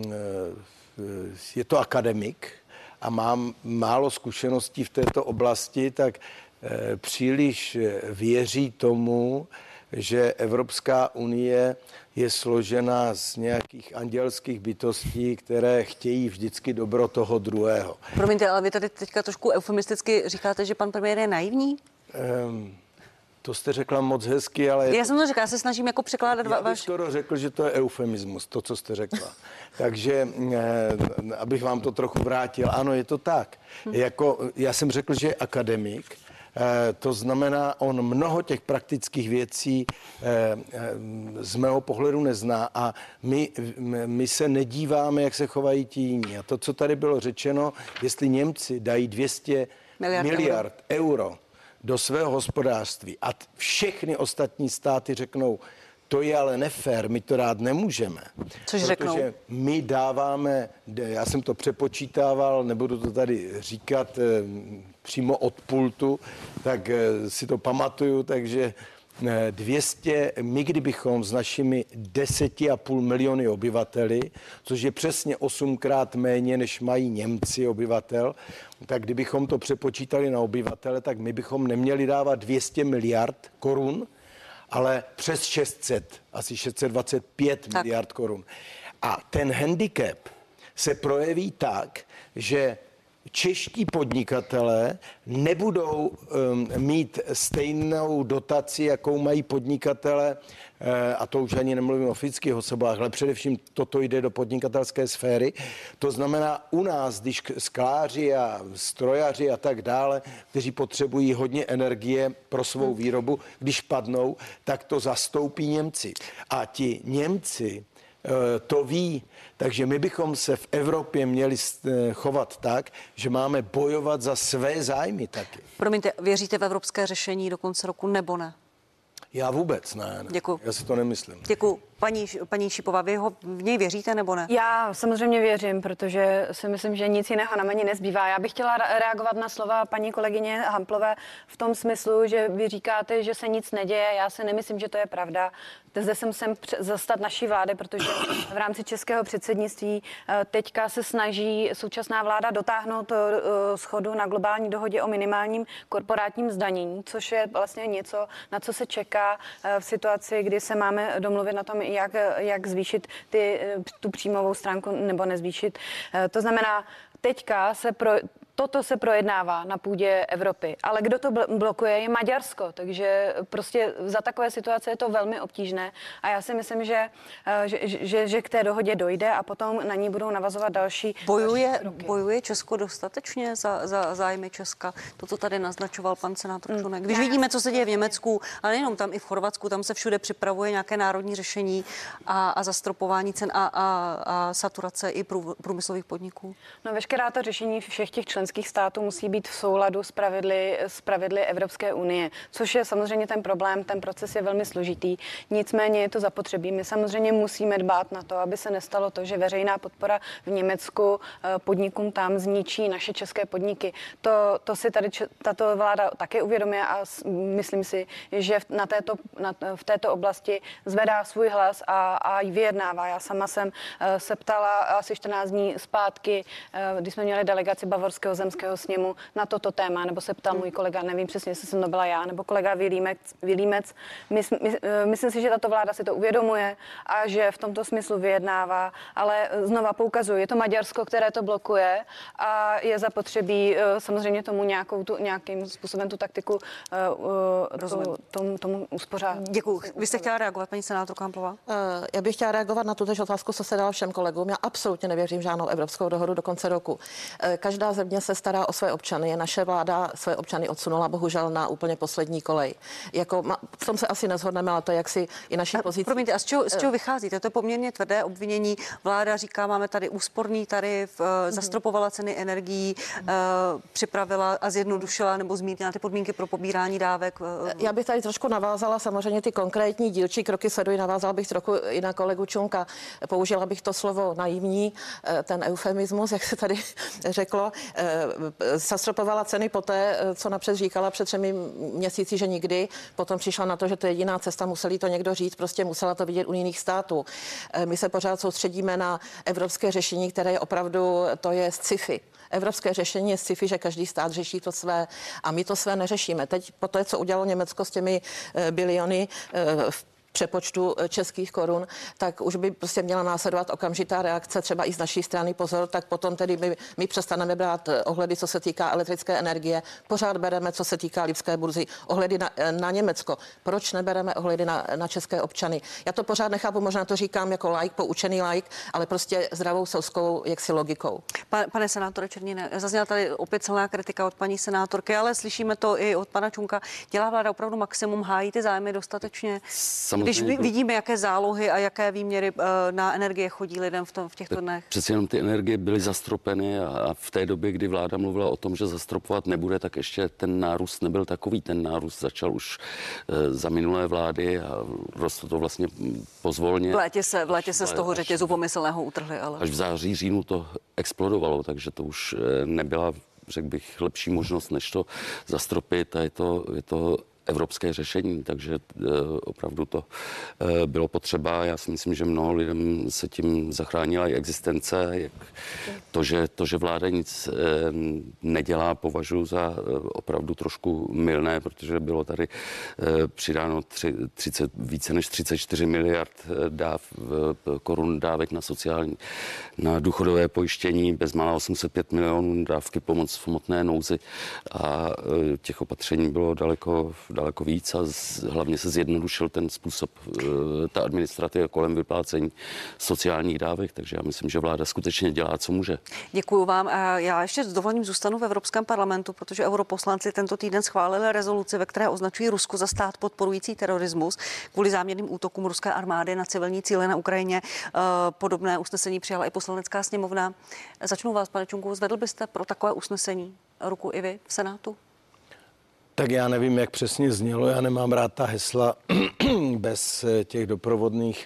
je to akademik a má málo zkušeností v této oblasti, tak příliš věří tomu, že Evropská unie je složena z nějakých andělských bytostí, které chtějí vždycky dobro toho druhého. Promiňte, ale vy tady teďka trošku eufemisticky říkáte, že pan premiér je naivní? Um, To jste řekla moc hezky, ale... Já jsem to řekla, já se snažím jako překládat... Já bych vaš... skoro řekl, že to je eufemismus, to, co jste řekla. Takže, eh, abych vám to trochu vrátil, ano, je to tak. Hm. Jako, já jsem řekl, že je akademik, eh, to znamená, on mnoho těch praktických věcí eh, z mého pohledu nezná a my, my se nedíváme, jak se chovají ti jiní. A to, co tady bylo řečeno, jestli Němci dají dvě stě miliard, miliard euro, euro do svého hospodářství a t- všechny ostatní státy řeknou, to je ale nefér, my to dát nemůžeme. Což protože řeknou? My dáváme, já jsem to přepočítával, nebudu to tady říkat e, přímo od pultu, tak e, si to pamatuju, takže dvě stě, my kdybychom s našimi deseti a půl miliony obyvateli, což je přesně osmkrát méně, než mají Němci obyvatel, tak kdybychom to přepočítali na obyvatele, tak my bychom neměli dávat dvě stě miliard korun, ale přes šest set, asi šest set dvacet pět tak. miliard korun. A ten handicap se projeví tak, že čeští podnikatelé nebudou um, mít stejnou dotaci, jakou mají podnikatele, uh, a to už ani nemluvím o fyzických osobách, ale především toto jde do podnikatelské sféry. To znamená u nás, když skláři a strojaři a tak dále, kteří potřebují hodně energie pro svou výrobu, když padnou, tak to zastoupí Němci. A ti Němci to ví, takže my bychom se v Evropě měli chovat tak, že máme bojovat za své zájmy taky. Promiňte, věříte v evropské řešení do konce roku nebo ne? Já vůbec ne. ne. Děkuju. Já si to nemyslím. Děkuju. Paní, paní Šipová, vy ho v něj věříte nebo ne? Já samozřejmě věřím, protože si myslím, že nic jiného nám ani nezbývá. Já bych chtěla reagovat na slova paní kolegyně Hamplové v tom smyslu, že vy říkáte, že se nic neděje. Já si nemyslím, že to je pravda. Zde jsem sem zastat naší vlády, protože v rámci českého předsednictví teďka se snaží současná vláda dotáhnout shodu na globální dohodě o minimálním korporátním zdanění, což je vlastně něco, na co se čeká v situaci, kdy se máme domluvit na tom, jak, jak zvýšit ty, tu příjmovou stránku nebo nezvýšit. To znamená, teďka se pro Toto se projednává na půdě Evropy, ale kdo to blokuje, je Maďarsko, takže prostě za takové situace je to velmi obtížné a já si myslím, že, že, že, že k té dohodě dojde a potom na ní budou navazovat další Bojuje, další bojuje Česko dostatečně za, za zájmy Česka? To, co tady naznačoval pan senátor Čunek. Když vidíme, co se děje v Německu, ale nejenom tam, i v Chorvatsku, tam se všude připravuje nějaké národní řešení a, a zastropování cen a, a, a saturace i prů, průmyslových podniků. No, veškerá ta řešení všech těch členských států musí být v souladu s pravidly, s pravidly Evropské unie, což je samozřejmě ten problém, ten proces je velmi složitý. Nicméně je to zapotřebí. My samozřejmě musíme dbát na to, aby se nestalo to, že veřejná podpora v Německu podnikům tam zničí naše české podniky. To, to si tady tato vláda také uvědomuje a myslím si, že na této, na, v této oblasti zvedá svůj hlas a, a vyjednává. Já sama jsem se ptala asi čtrnáct dní zpátky, když jsme měli delegaci Bavorského zemského sněmu na toto téma, nebo se ptal můj kolega, nevím přesně, jestli jsem to byla já, nebo kolega Vilímec. Vilímec. My, my, myslím si, že tato vláda si to uvědomuje a že v tomto smyslu vyjednává, ale znova poukazuju, je to Maďarsko, které to blokuje a je zapotřebí samozřejmě tomu nějakou tu, nějakým způsobem tu taktiku tu, tomu, tomu uspořádat. Děkuji. Vy jste chtěla reagovat, paní senátorka Hamplová? Já bych chtěla reagovat na tuto otázku, co se dala všem kolegům. Já absolutně nevěřím v žádnou evropskou dohodu do konce roku. Každá země se stará o své občany. Je naše vláda své občany odsunula bohužel na úplně poslední kolej. Jako, v tom se asi neshodneme, ale to je jaksi i naší pozici. Promiňte, a z čeho, z čeho vycházíte? To je poměrně tvrdé obvinění. Vláda říká, máme tady úsporný tarif, mm-hmm. zastropovala ceny energií, mm-hmm. připravila a zjednodušila nebo zmítila ty podmínky pro pobírání dávek. Já bych tady trošku navázala samozřejmě ty konkrétní dílčí kroky sleduji, navázala bych trochu i na kolegu Čunka. Použila bych to slovo naivní, ten eufemismus, jak se tady řeklo. Zastropovala ceny poté, co napřed říkala před třemi měsíci, že nikdy. Potom přišla na to, že to je jediná cesta, museli to někdo říct, prostě musela to vidět u jiných států. My se pořád soustředíme na evropské řešení, které je opravdu, to je sci-fi. Evropské řešení je sci-fi, že každý stát řeší to své a my to své neřešíme. Teď po té, co udělalo Německo s těmi biliony v přepočtu českých korun, tak už by prostě měla následovat okamžitá reakce třeba i z naší strany. Pozor, tak potom tedy my, my přestaneme brát ohledy, co se týká elektrické energie. Pořád bereme, co se týká lipské burzy, ohledy na, na Německo. Proč nebereme ohledy na, na české občany? Já to pořád nechápu, možná to říkám jako laik, poučený laik, ale prostě zdravou selskou jaksi logikou. Pa, pane senátore Černíne, zazněla tady opět celá kritika od paní senátorky, ale slyšíme to i od pana Čunka. Dělá vláda opravdu maximum, hájí ty zájmy dostatečně? Když vidíme, jaké zálohy a jaké výměry na energie chodí lidem v, tom, v těchto dnech. Přeci jenom ty energie byly zastropeny a v té době, kdy vláda mluvila o tom, že zastropovat nebude, tak ještě ten nárůst nebyl takový. Ten nárůst začal už za minulé vlády a rostlo to vlastně pozvolně. V létě se, v létě se z toho řetězu pomyslného utrhli, ale... Až v září, říjnu to explodovalo, takže to už nebyla, řekl bych, lepší možnost, než to zastropit a je to, je to evropské řešení, takže e, opravdu to e, bylo potřeba. Já si myslím, že mnoho lidem se tím zachránila i existence. Jak to, že, to, že vláda nic e, nedělá, považuji za e, opravdu trošku mylné, protože bylo tady e, přidáno tři, třicet, více než třicet čtyři miliard dáv, e, korun dávek na sociální, na důchodové pojištění, bezmála osm set pět milionů dávky pomoc v hmotné nouzi a e, těch opatření bylo daleko daleko víc a z, hlavně se zjednodušil ten způsob, e, ta administrativa kolem vyplácení sociálních dávek, takže já myslím, že vláda skutečně dělá, co může. Děkuju vám. Já ještě s dovolením zůstanu v Evropském parlamentu, protože europoslanci tento týden schválili rezoluci, ve které označují Rusko za stát podporující terorismus kvůli záměrným útokům ruské armády na civilní cíle na Ukrajině. E, podobné usnesení přijala i poslanecká sněmovna. Začnu vás, pane Čunku, zvedl byste pro takové usnesení ruku i vy v Senátu? Tak já nevím, jak přesně znělo, já nemám rád ta hesla bez těch doprovodných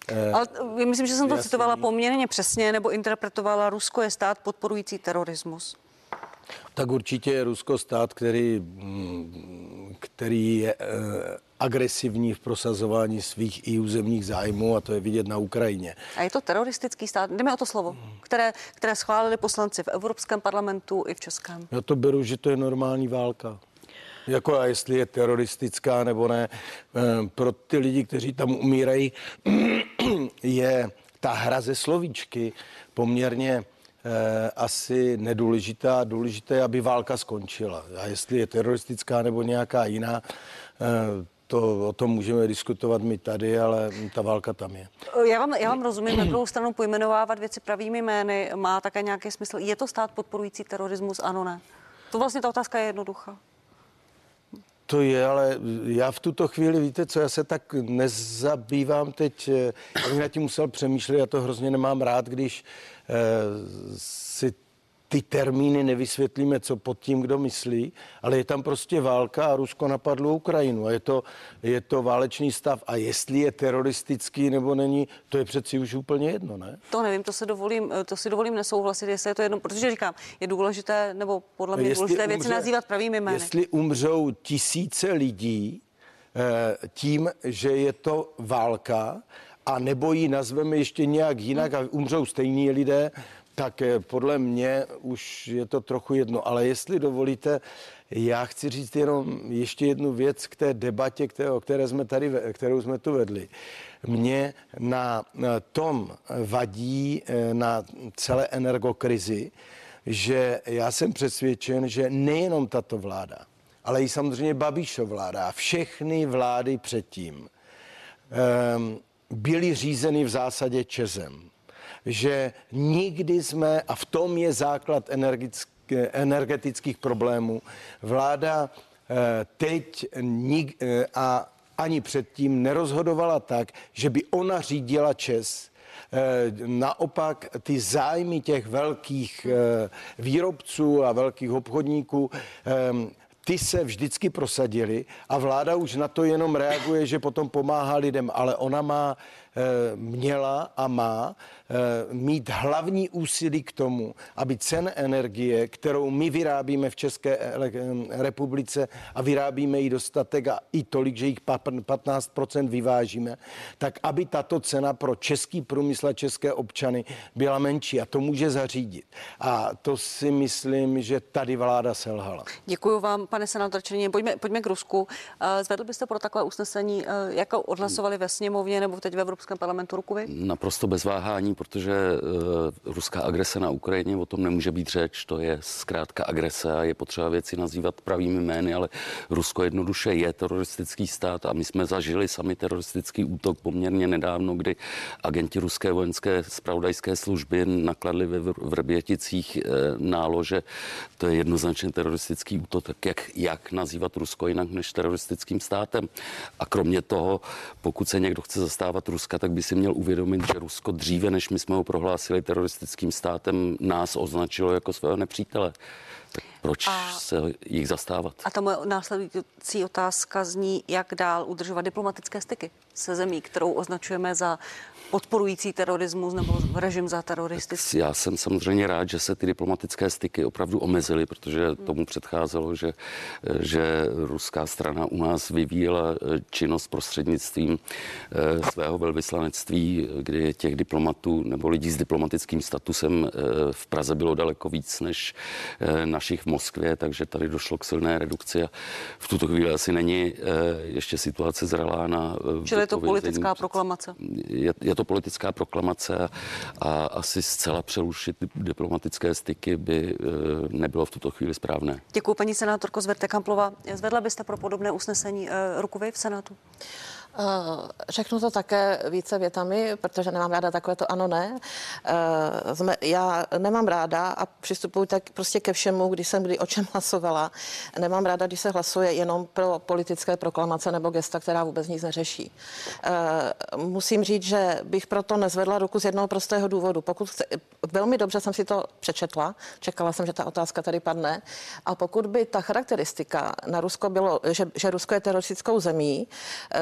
Ale myslím, že jsem to jasný. citovala poměrně přesně, nebo interpretovala, Rusko je stát podporující terorismus. Tak určitě je Rusko stát, který, který je agresivní v prosazování svých i územních zájmů, a to je vidět na Ukrajině. A je to teroristický stát? Jdeme o to slovo, které, které schválili poslanci v Evropském parlamentu i v Českém. Já to beru, že to je normální válka. Jako a jestli je teroristická nebo ne. Pro ty lidi, kteří tam umírají, je ta hra ze slovíčky poměrně eh, asi nedůležitá. Důležité, aby válka skončila. A jestli je teroristická nebo nějaká jiná, eh, to, o tom můžeme diskutovat my tady, ale ta válka tam je. Já vám, já vám rozumím, na druhou stranu pojmenovávat věci pravými jmény má také nějaký smysl. Je to stát podporující terorismus? Ano, ne? To vlastně ta otázka je jednoduchá. To je, ale já v tuto chvíli, víte co, já se tak nezabývám teď, já bych na tím musel přemýšlet, já to hrozně nemám rád, když eh, si ty termíny nevysvětlíme, co pod tím, kdo myslí, ale je tam prostě válka a Rusko napadlo Ukrajinu a je to, je to válečný stav a jestli je teroristický nebo není, to je přeci už úplně jedno, ne? To nevím, to si dovolím, to si dovolím nesouhlasit, jestli je to jedno, protože říkám, je důležité, nebo podle mě Jestli důležité věci umře, nazývat pravými jmény. Jestli umřou tisíce lidí eh, tím, že je to válka, a nebo ji nazveme ještě nějak jinak a umřou stejní lidé, tak podle mě už je to trochu jedno. Ale jestli dovolíte, já chci říct jenom ještě jednu věc k té debatě, které, o které jsme tady, kterou jsme tu vedli. Mně na tom vadí, na celé energokrizi, že já jsem přesvědčen, že nejenom tato vláda, ale i samozřejmě Babišova vláda a všechny vlády předtím byly řízeny v zásadě ČEZem. Že nikdy jsme, a v tom je základ energetických problémů, vláda teď nik, a ani předtím nerozhodovala tak, že by ona řídila ČEZ. Naopak ty zájmy těch velkých výrobců a velkých obchodníků, ty se vždycky prosadily a vláda už na to jenom reaguje, že potom pomáhá lidem, ale ona má, měla a má mít hlavní úsilí k tomu, aby cena energie, kterou my vyrábíme v České republice a vyrábíme ji dostatek a i tolik, že jich patnáct procent vyvážíme, tak aby tato cena pro český průmysl a české občany byla menší a to může zařídit. A to si myslím, že tady vláda selhala. Děkuji vám, pane senátor Černý. Pojďme, pojďme k Rusku. Zvedl byste pro takové usnesení, jako odhlasovali ve sněmovně nebo teď ve Evropském parlamentu, ruku vy? Naprosto bez váhání, protože uh, ruská agrese na Ukrajině, o tom nemůže být řeč, to je zkrátka agrese a je potřeba věci nazývat pravými jmény, ale Rusko jednoduše je teroristický stát a my jsme zažili sami teroristický útok poměrně nedávno, kdy agenti ruské vojenské zpravodajské služby nakladli ve Vrběticích uh, nálože. To je jednoznačně teroristický útok, tak jak, jak nazývat Rusko jinak než teroristickým státem. A kromě toho, pokud se někdo chce zastávat Ruska, tak by si měl uvědomit, že Rusko dříve, než my jsme ho prohlásili teroristickým státem, nás označilo jako svého nepřítele. Tak proč a, se jich zastávat? A ta moje následující otázka zní, jak dál udržovat diplomatické styky se zemí, kterou označujeme za podporující terorismus nebo režim za teroristický. Já jsem samozřejmě rád, že se ty diplomatické styky opravdu omezily, protože tomu předcházelo, že, že ruská strana u nás vyvíjela činnost prostřednictvím svého velvyslanectví, kdy těch diplomatů nebo lidí s diplomatickým statusem v Praze bylo daleko víc než našich v Moskvě, takže tady došlo k silné redukci a v tuto chvíli asi není ještě situace zralá na... Čili je to politická proklamace? Je, je to politická proklamace a, a asi zcela přerušit diplomatické styky by nebylo v tuto chvíli správné. Děkuji, paní senátorko Zverte Kamplová. Zvedla byste pro podobné usnesení ruku vy v Senátu? Uh, řeknu to také více větami, protože nemám ráda takové to ano, ne. Uh, jsme, já nemám ráda a přistupuji tak prostě ke všemu, když jsem kdy o čem hlasovala. Nemám ráda, když se hlasuje jenom pro politické proklamace nebo gesta, která vůbec nic neřeší. Uh, musím říct, že bych proto nezvedla ruku z jednoho prostého důvodu. Pokud chce, velmi dobře jsem si to přečetla, čekala jsem, že ta otázka tady padne, a pokud by ta charakteristika na Rusko bylo, že, že Rusko je teroristickou zemí, uh,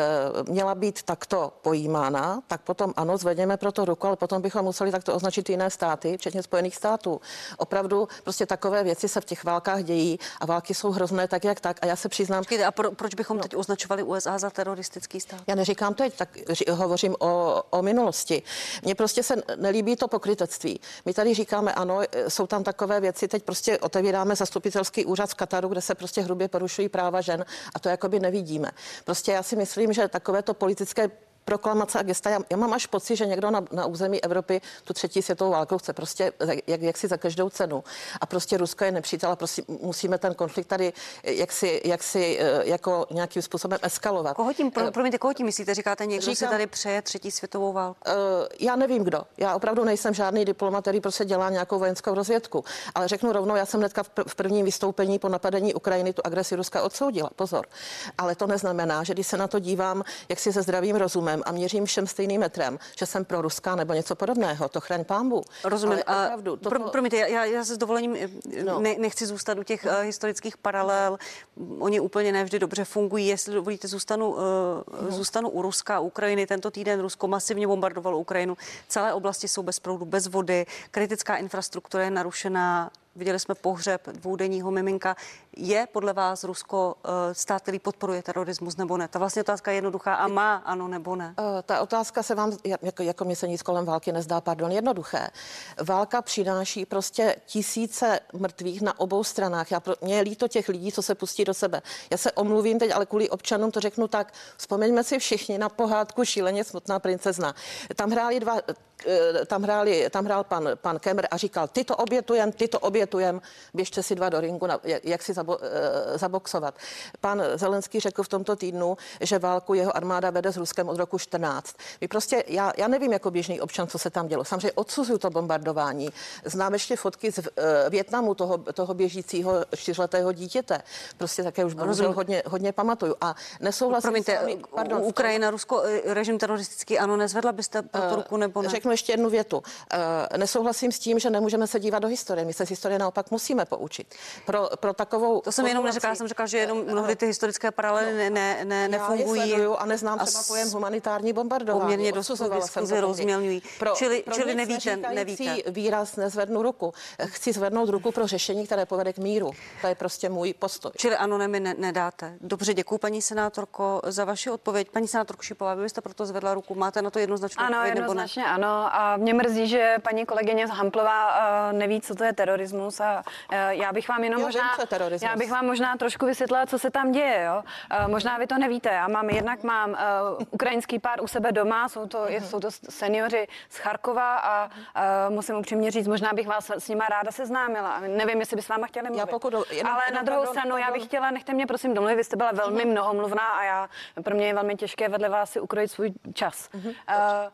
měla být takto pojímána, tak potom ano, zvedněme pro to ruku, ale potom bychom museli takto označit jiné státy, včetně Spojených států. Opravdu prostě takové věci se v těch válkách dějí a války jsou hrozné tak, jak tak. A já se přiznám... Počkejte, a pro, proč bychom no. teď označovali U S A za teroristický stát? Já neříkám teď, tak hovořím o, o minulosti. Mně prostě se nelíbí to pokrytectví. My tady říkáme, ano, jsou tam takové věci, teď prostě otevíráme zastupitelský úřad v Kataru, kde se prostě hrubě porušují práva žen a to jakoby nevidíme. Prostě já si myslím, že takovéto politické proklamace a gesta. Já, já mám až pocit, že někdo na, na území Evropy tu třetí světovou válku chce prostě jak, jak si za každou cenu. A prostě Rusko je nepřítel a prostě musíme ten konflikt tady jak si, jak si jako nějakým způsobem eskalovat. Koho tím, pro, promiňte, koho tím myslíte? Říkáte, někdo Říkám, si tady přeje třetí světovou válku? Uh, já nevím kdo. Já opravdu nejsem žádný diplomat, který prostě dělá nějakou vojenskou rozvědku. Ale řeknu rovnou, já jsem hnedka v, pr- v prvním vystoupení po napadení Ukrajiny tu agresi Ruska odsoudila. Pozor. Ale to neznamená, že když se na to dívám, jak si se zdravým rozumem a měřím všem stejným metrem, že jsem pro Ruská nebo něco podobného. To chraň pánbu. Rozumím. A opravdu, toto... pro, promiňte, já, já se s dovolením no. ne, nechci zůstat u těch no. uh, historických paralel. Oni úplně nevždy dobře fungují. Jestli dovolíte, zůstanu, uh, no. zůstanu u Ruska a Ukrajiny. Tento týden Rusko masivně bombardovalo Ukrajinu. Celé oblasti jsou bez proudu, bez vody. Kritická infrastruktura je narušená. Viděli jsme pohřeb dvoudenního miminka. Je podle vás Rusko uh, stát, který podporuje terorismus nebo ne? Ta vlastně otázka je jednoduchá a má ano nebo ne? Uh, ta otázka se vám, jako, jako mě se nic kolem války nezdá, pardon, jednoduché. Válka přináší prostě tisíce mrtvých na obou stranách. Já, mě je líto těch lidí, co se pustí do sebe. Já se omluvím teď, ale kvůli občanům to řeknu tak. Vzpomeňme si všichni na pohádku Šíleně smutná princezna. Tam hráli dva, tam, hráli, tam hrál pan, pan Kemmer a říkal, ty to obětujem, ty to obětujem, běžte si dva do ringu, jak, jak si zabo, zaboxovat. Pan Zelenský řekl v tomto týdnu, že válku jeho armáda vede s Ruskem od roku čtrnáct. My prostě, já, já nevím jako běžný občan, co se tam dělo. Samozřejmě odsuzuju to bombardování. Znám ještě fotky z uh, Vietnamu, toho, toho běžícího čtyřletého dítěte. Prostě také už bohužel hodně, hodně pamatuju. A nesouhlasím Promiňte, s vámi, pardon, Ukrajina, Rusko, režim teroristický, ano, nezvedla byste pro tu ruku nebo ne? Řeknu ještě jednu větu. Uh, nesouhlasím s tím, že nemůžeme se dívat do historie. My se z historie naopak musíme poučit. Pro, pro takovou... To jsem jenom neřekla, jsem řekla, že jenom mnohdy ty historické paralely ne, ne, ne, nefungují. Já je a neznám třeba a pojem humanitární bombardování. Poměrně dost diskuzi rozmělňují. Pro, čili pro čili nevíte, nevíte. Výraz nezvednu ruku. Chci zvednout ruku pro řešení, které povede k míru. To je prostě můj postoj. Čili ano, ne, mi ne, nedáte. Dobře, děkuji paní senátorko za vaši odpověď. Paní senátorko Šipová, vy byste proto zvedla ruku. Máte na to jednoznačnou ano, odpověď, jednoznačně nebo ne? Ano, a mě mrzí, že paní kolegyně Hamplová neví, co to je terorismus a já bych vám jenom jo, možná, vím, já bych vám možná trošku vysvětlila, co se tam děje, jo. Možná vy to nevíte. Já mám jednak mám uh, ukrajinský pár u sebe doma, jsou to, uh-huh. jsou to seniori z Charkova a uh, musím upřímně říct, možná bych vás s nima ráda seznámila. Nevím, jestli by s váma chtěli mluvit. Já pokud, jenom, ale jenom, na druhou pardon, stranu, pardon. já bych chtěla, nechte mě prosím domluvit, vy jste byla velmi uh-huh. mnohomluvná a já, pro mě je velmi těžké vedle vás si ukrojit svůj čas. Uh-huh. Uh,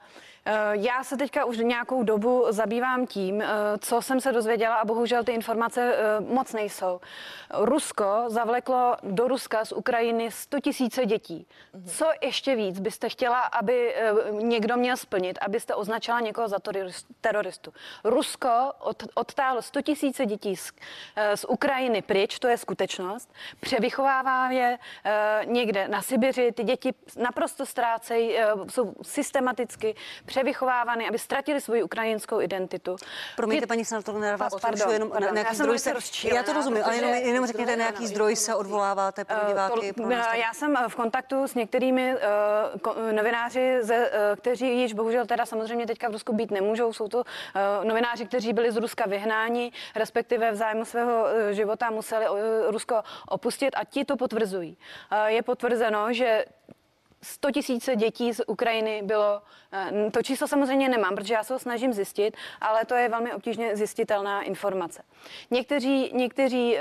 Já se teďka už nějakou dobu zabývám tím, co jsem se dozvěděla a bohužel ty informace moc nejsou. Rusko zavleklo do Ruska z Ukrajiny sto tisíce dětí. Co ještě víc byste chtěla, aby někdo měl splnit, abyste označila někoho za teroristu? Rusko od, odtáhlo sto tisíce dětí z, z Ukrajiny pryč, to je skutečnost, převychovává je někde na Sibiři, ty děti naprosto ztrácejí, jsou systematicky převychovávány, aby ztratili svoji ukrajinskou identitu. Promiňte, paní senátorko, já vás přerušuji, jenom na nějaký zdroj se... Já to rozumím, ale jenom, jenom řekněte, na jaký zdroj se odvoláváte pro diváky. To, já jsem v kontaktu s některými uh, novináři, ze, uh, kteří již bohužel teda samozřejmě teďka v Rusku být nemůžou. Jsou to uh, novináři, kteří byli z Ruska vyhnáni, respektive v zájmu svého uh, života museli uh, Rusko opustit a ti to potvrzují. Uh, je potvrzeno, že sto tisíc dětí z Ukrajiny bylo, to číslo samozřejmě nemám, protože já se ho snažím zjistit, ale to je velmi obtížně zjistitelná informace. Někteří, někteří,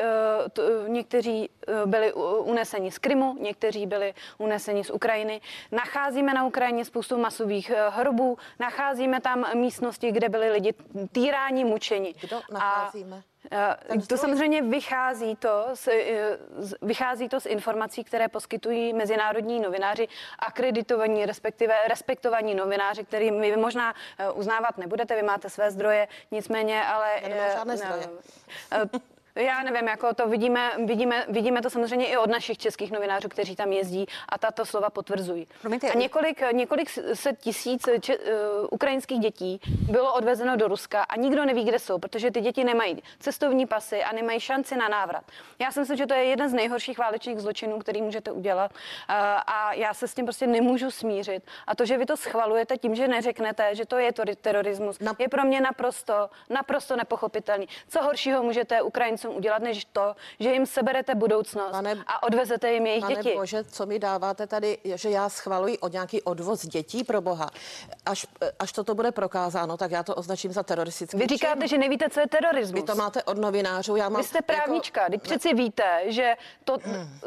někteří byli uneseni z Krymu, někteří byli uneseni z Ukrajiny. Nacházíme na Ukrajině spoustu masových hrobů, nacházíme tam místnosti, kde byli lidi týráni, mučeni. Kdo nacházíme? A to samozřejmě vychází to, z, vychází to z informací, které poskytují mezinárodní novináři, akreditovaní, respektive respektovaní novináři, který vy možná uznávat nebudete, vy máte své zdroje, nicméně, ale... Já nemám žádné zdroje. Já nevím, jako to vidíme, vidíme, vidíme to samozřejmě i od našich českých novinářů, kteří tam jezdí a tato slova potvrzují. Promiňte, a několik, několik set tisíc če, uh, ukrajinských dětí bylo odvezeno do Ruska a nikdo neví, kde jsou, protože ty děti nemají cestovní pasy a nemají šanci na návrat. Já si myslím, že to je jeden z nejhorších válečných zločinů, který můžete udělat uh, a já se s tím prostě nemůžu smířit. A to, že vy to schvalujete tím, že neřeknete, že to je to terorismus, Na... je pro mě naprosto, naprosto nepochopitelný. Co horšího můžete Ukrajincům udělat, než to, že jim seberete budoucnost pane, a odvezete jim jejich pane děti. Bože, co mi dáváte tady, že já schvaluji od nějaký odvoz dětí, pro boha. Až, až toto bude prokázáno, tak já to označím za teroristický Vy říkáte, čin. že nevíte, co je terorismus. Vy to máte od novinářů. Já mám Vy jste právnička, jako... teď přeci víte, že to,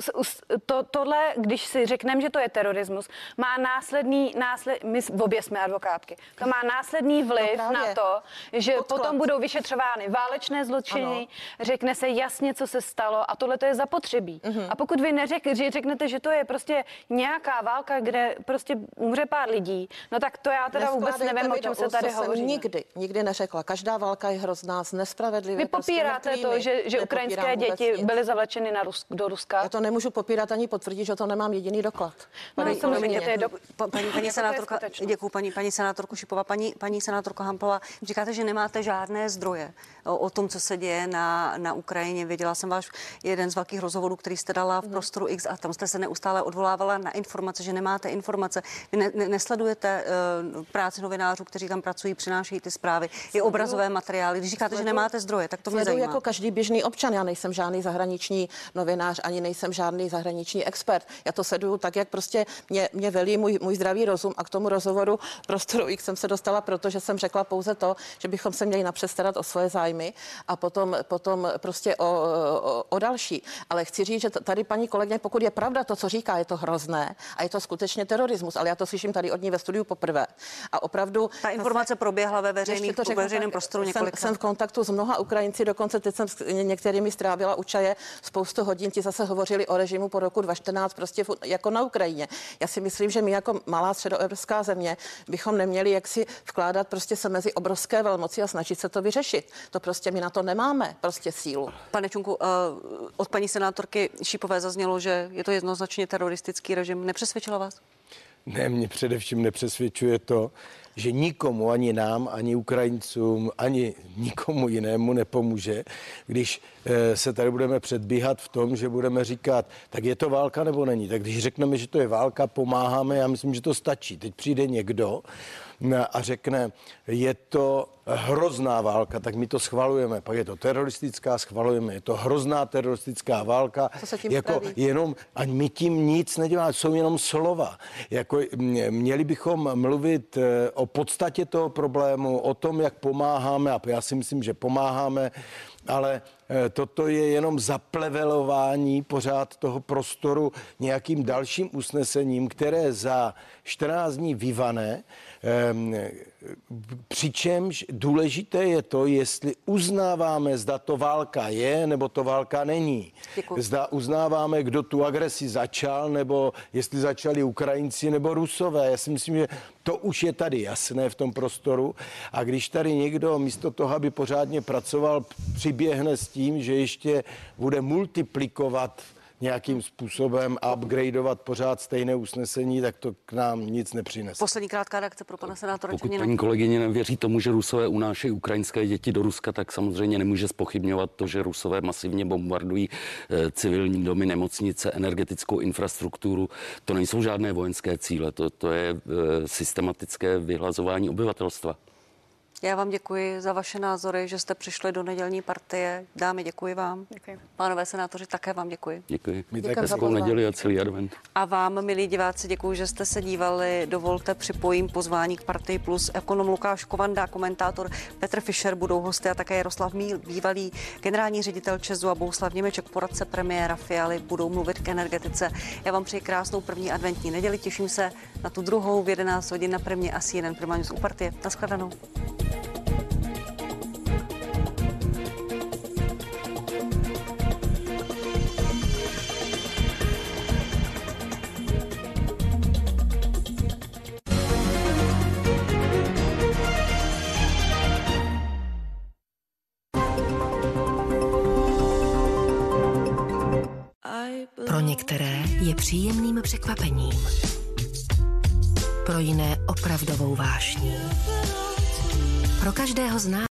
to, tohle, když si řekneme, že to je terorismus, má následný, násled, my obě jsme advokátky, to má následný vliv no na to, že Podklad. Potom budou vyšetřovány válečné zločiny, ano. Řekne se jasně, co se stalo a tohle to je zapotřebí. Uh-huh. A pokud vy neřek, že řeknete, že to je prostě nějaká válka, kde prostě umře pár lidí, no tak to já teda vůbec nevím, o čem se tady hovoří. Nikdy, nikdy neřekla. Každá válka je hrozná, nespravedlivá. Vy popíráte prostě to, že, že ukrajinské děti nic. byly zavlečeny na Rus, do Ruska? Já to nemůžu popírat ani potvrdit, že to nemám jediný doklad. No, no, samozřejmě, to je do... Paní, paní senátorka, děkuji, paní, paní senátorku Šipová, paní, paní senátorko Hamplová, říkáte, že nemáte žádné zdroje o, o tom, co se děje na, na Ukrajině. Viděla jsem váš jeden z velkých rozhovorů, který jste dala v Prostoru X a tam jste se neustále odvolávala na informace, že nemáte informace. Vy ne, ne, nesledujete uh, práci novinářů, kteří tam pracují, přinášejí ty zprávy, i obrazové materiály. Když říkáte, že nemáte zdroje, tak to mě zajímá. Jako každý běžný občan, já nejsem žádný zahraniční novinář, ani nejsem žádný zahraniční expert. Já to sleduju tak, jak prostě mě, mě velí můj, můj zdravý rozum a k tomu rozhovoru Prostoru X jsem se dostala, protože jsem řekla pouze to, že bychom se měli napřed starat o svoje zájmy a potom, potom prostě o, o, o další. Ale chci říct, že tady paní kolegyně, pokud je pravda to, co říká, je to hrozné a je to skutečně terorismus, ale já to slyším tady od ní ve studiu poprvé. A opravdu ta informace proběhla ve veřejných, to řeknu, veřejném prostoru několika. Jsem, jsem v kontaktu s mnoha Ukrajinci, dokonce teď jsem s některými strávila u čaje spoustu hodin, ti zase hovořili o režimu po roku dva tisíce čtrnáct prostě jako na Ukrajině. Já si myslím, že my jako malá středoevropská země bychom neměli jaksi vkládat prostě se mezi obrovské velmoci a snažit se to vyřešit. To prostě my na to nemáme prostě sílu. Pane Čunku, od paní senátorky Šípové zaznělo, že je to jednoznačně teroristický režim. Nepřesvědčila vás? Ne, mě především nepřesvědčuje to, že nikomu, ani nám, ani Ukrajincům, ani nikomu jinému nepomůže, když e, se tady budeme předbíhat v tom, že budeme říkat, tak je to válka nebo není. Tak když řekneme, že to je válka, pomáháme, já myslím, že to stačí. Teď přijde někdo a řekne, je to hrozná válka, tak my to schvalujeme. Pak je to teroristická, schvalujeme. Je to hrozná teroristická válka. Jako jenom, a my tím nic neděláme, jsou jenom slova. Jako, měli bychom mluvit o podstatě toho problému, o tom, jak pomáháme, a já si myslím, že pomáháme, ale toto je jenom zaplevelování pořád toho prostoru nějakým dalším usnesením, které za čtrnáct dní vyvane. Přičemž důležité je to, jestli uznáváme, zda to válka je, nebo to válka není. Děkuji. Zda uznáváme, kdo tu agresi začal, nebo jestli začali Ukrajinci nebo Rusové. Já si myslím, že to už je tady jasné v tom prostoru. A když tady někdo místo toho, aby pořádně pracoval, přiběhne s tím, že ještě bude multiplikovat nějakým způsobem a upgradeovat pořád stejné usnesení, tak to k nám nic nepřinese. Poslední krátká reakce pro pana senátora. Pokud paní kolegyně nevěří tomu, že Rusové unášejí ukrajinské děti do Ruska, tak samozřejmě nemůže zpochybňovat to, že Rusové masivně bombardují e, civilní domy, nemocnice, energetickou infrastrukturu. To nejsou žádné vojenské cíle, to, to je e, systematické vyhlazování obyvatelstva. Já vám děkuji za vaše názory, že jste přišli do nedělní partie. Dámy, děkuji vám. Děkuji. Pánové senátoři, také vám děkuji. Děkuji. Hezkou neděli a celý advent. A vám, milí diváci, děkuji, že jste se dívali. Dovolte, připojím pozvání k Partii Plus. Ekonom Lukáš Kovanda, komentátor Petr Fischer budou hosty a také Jaroslav Míl, bývalý generální ředitel ČEZu, a Bohuslav Němeček, poradce premiéra Fialy, budou mluvit k energetice. Já vám přeji krásnou první adventní neděli. Těším se na tu druhou v jedenáct hodin na Primě a C N N Prima News u Partie. Naschledanou. některé je příjemným překvapením. Pro jiné opravdovou vášní. Pro každého z nás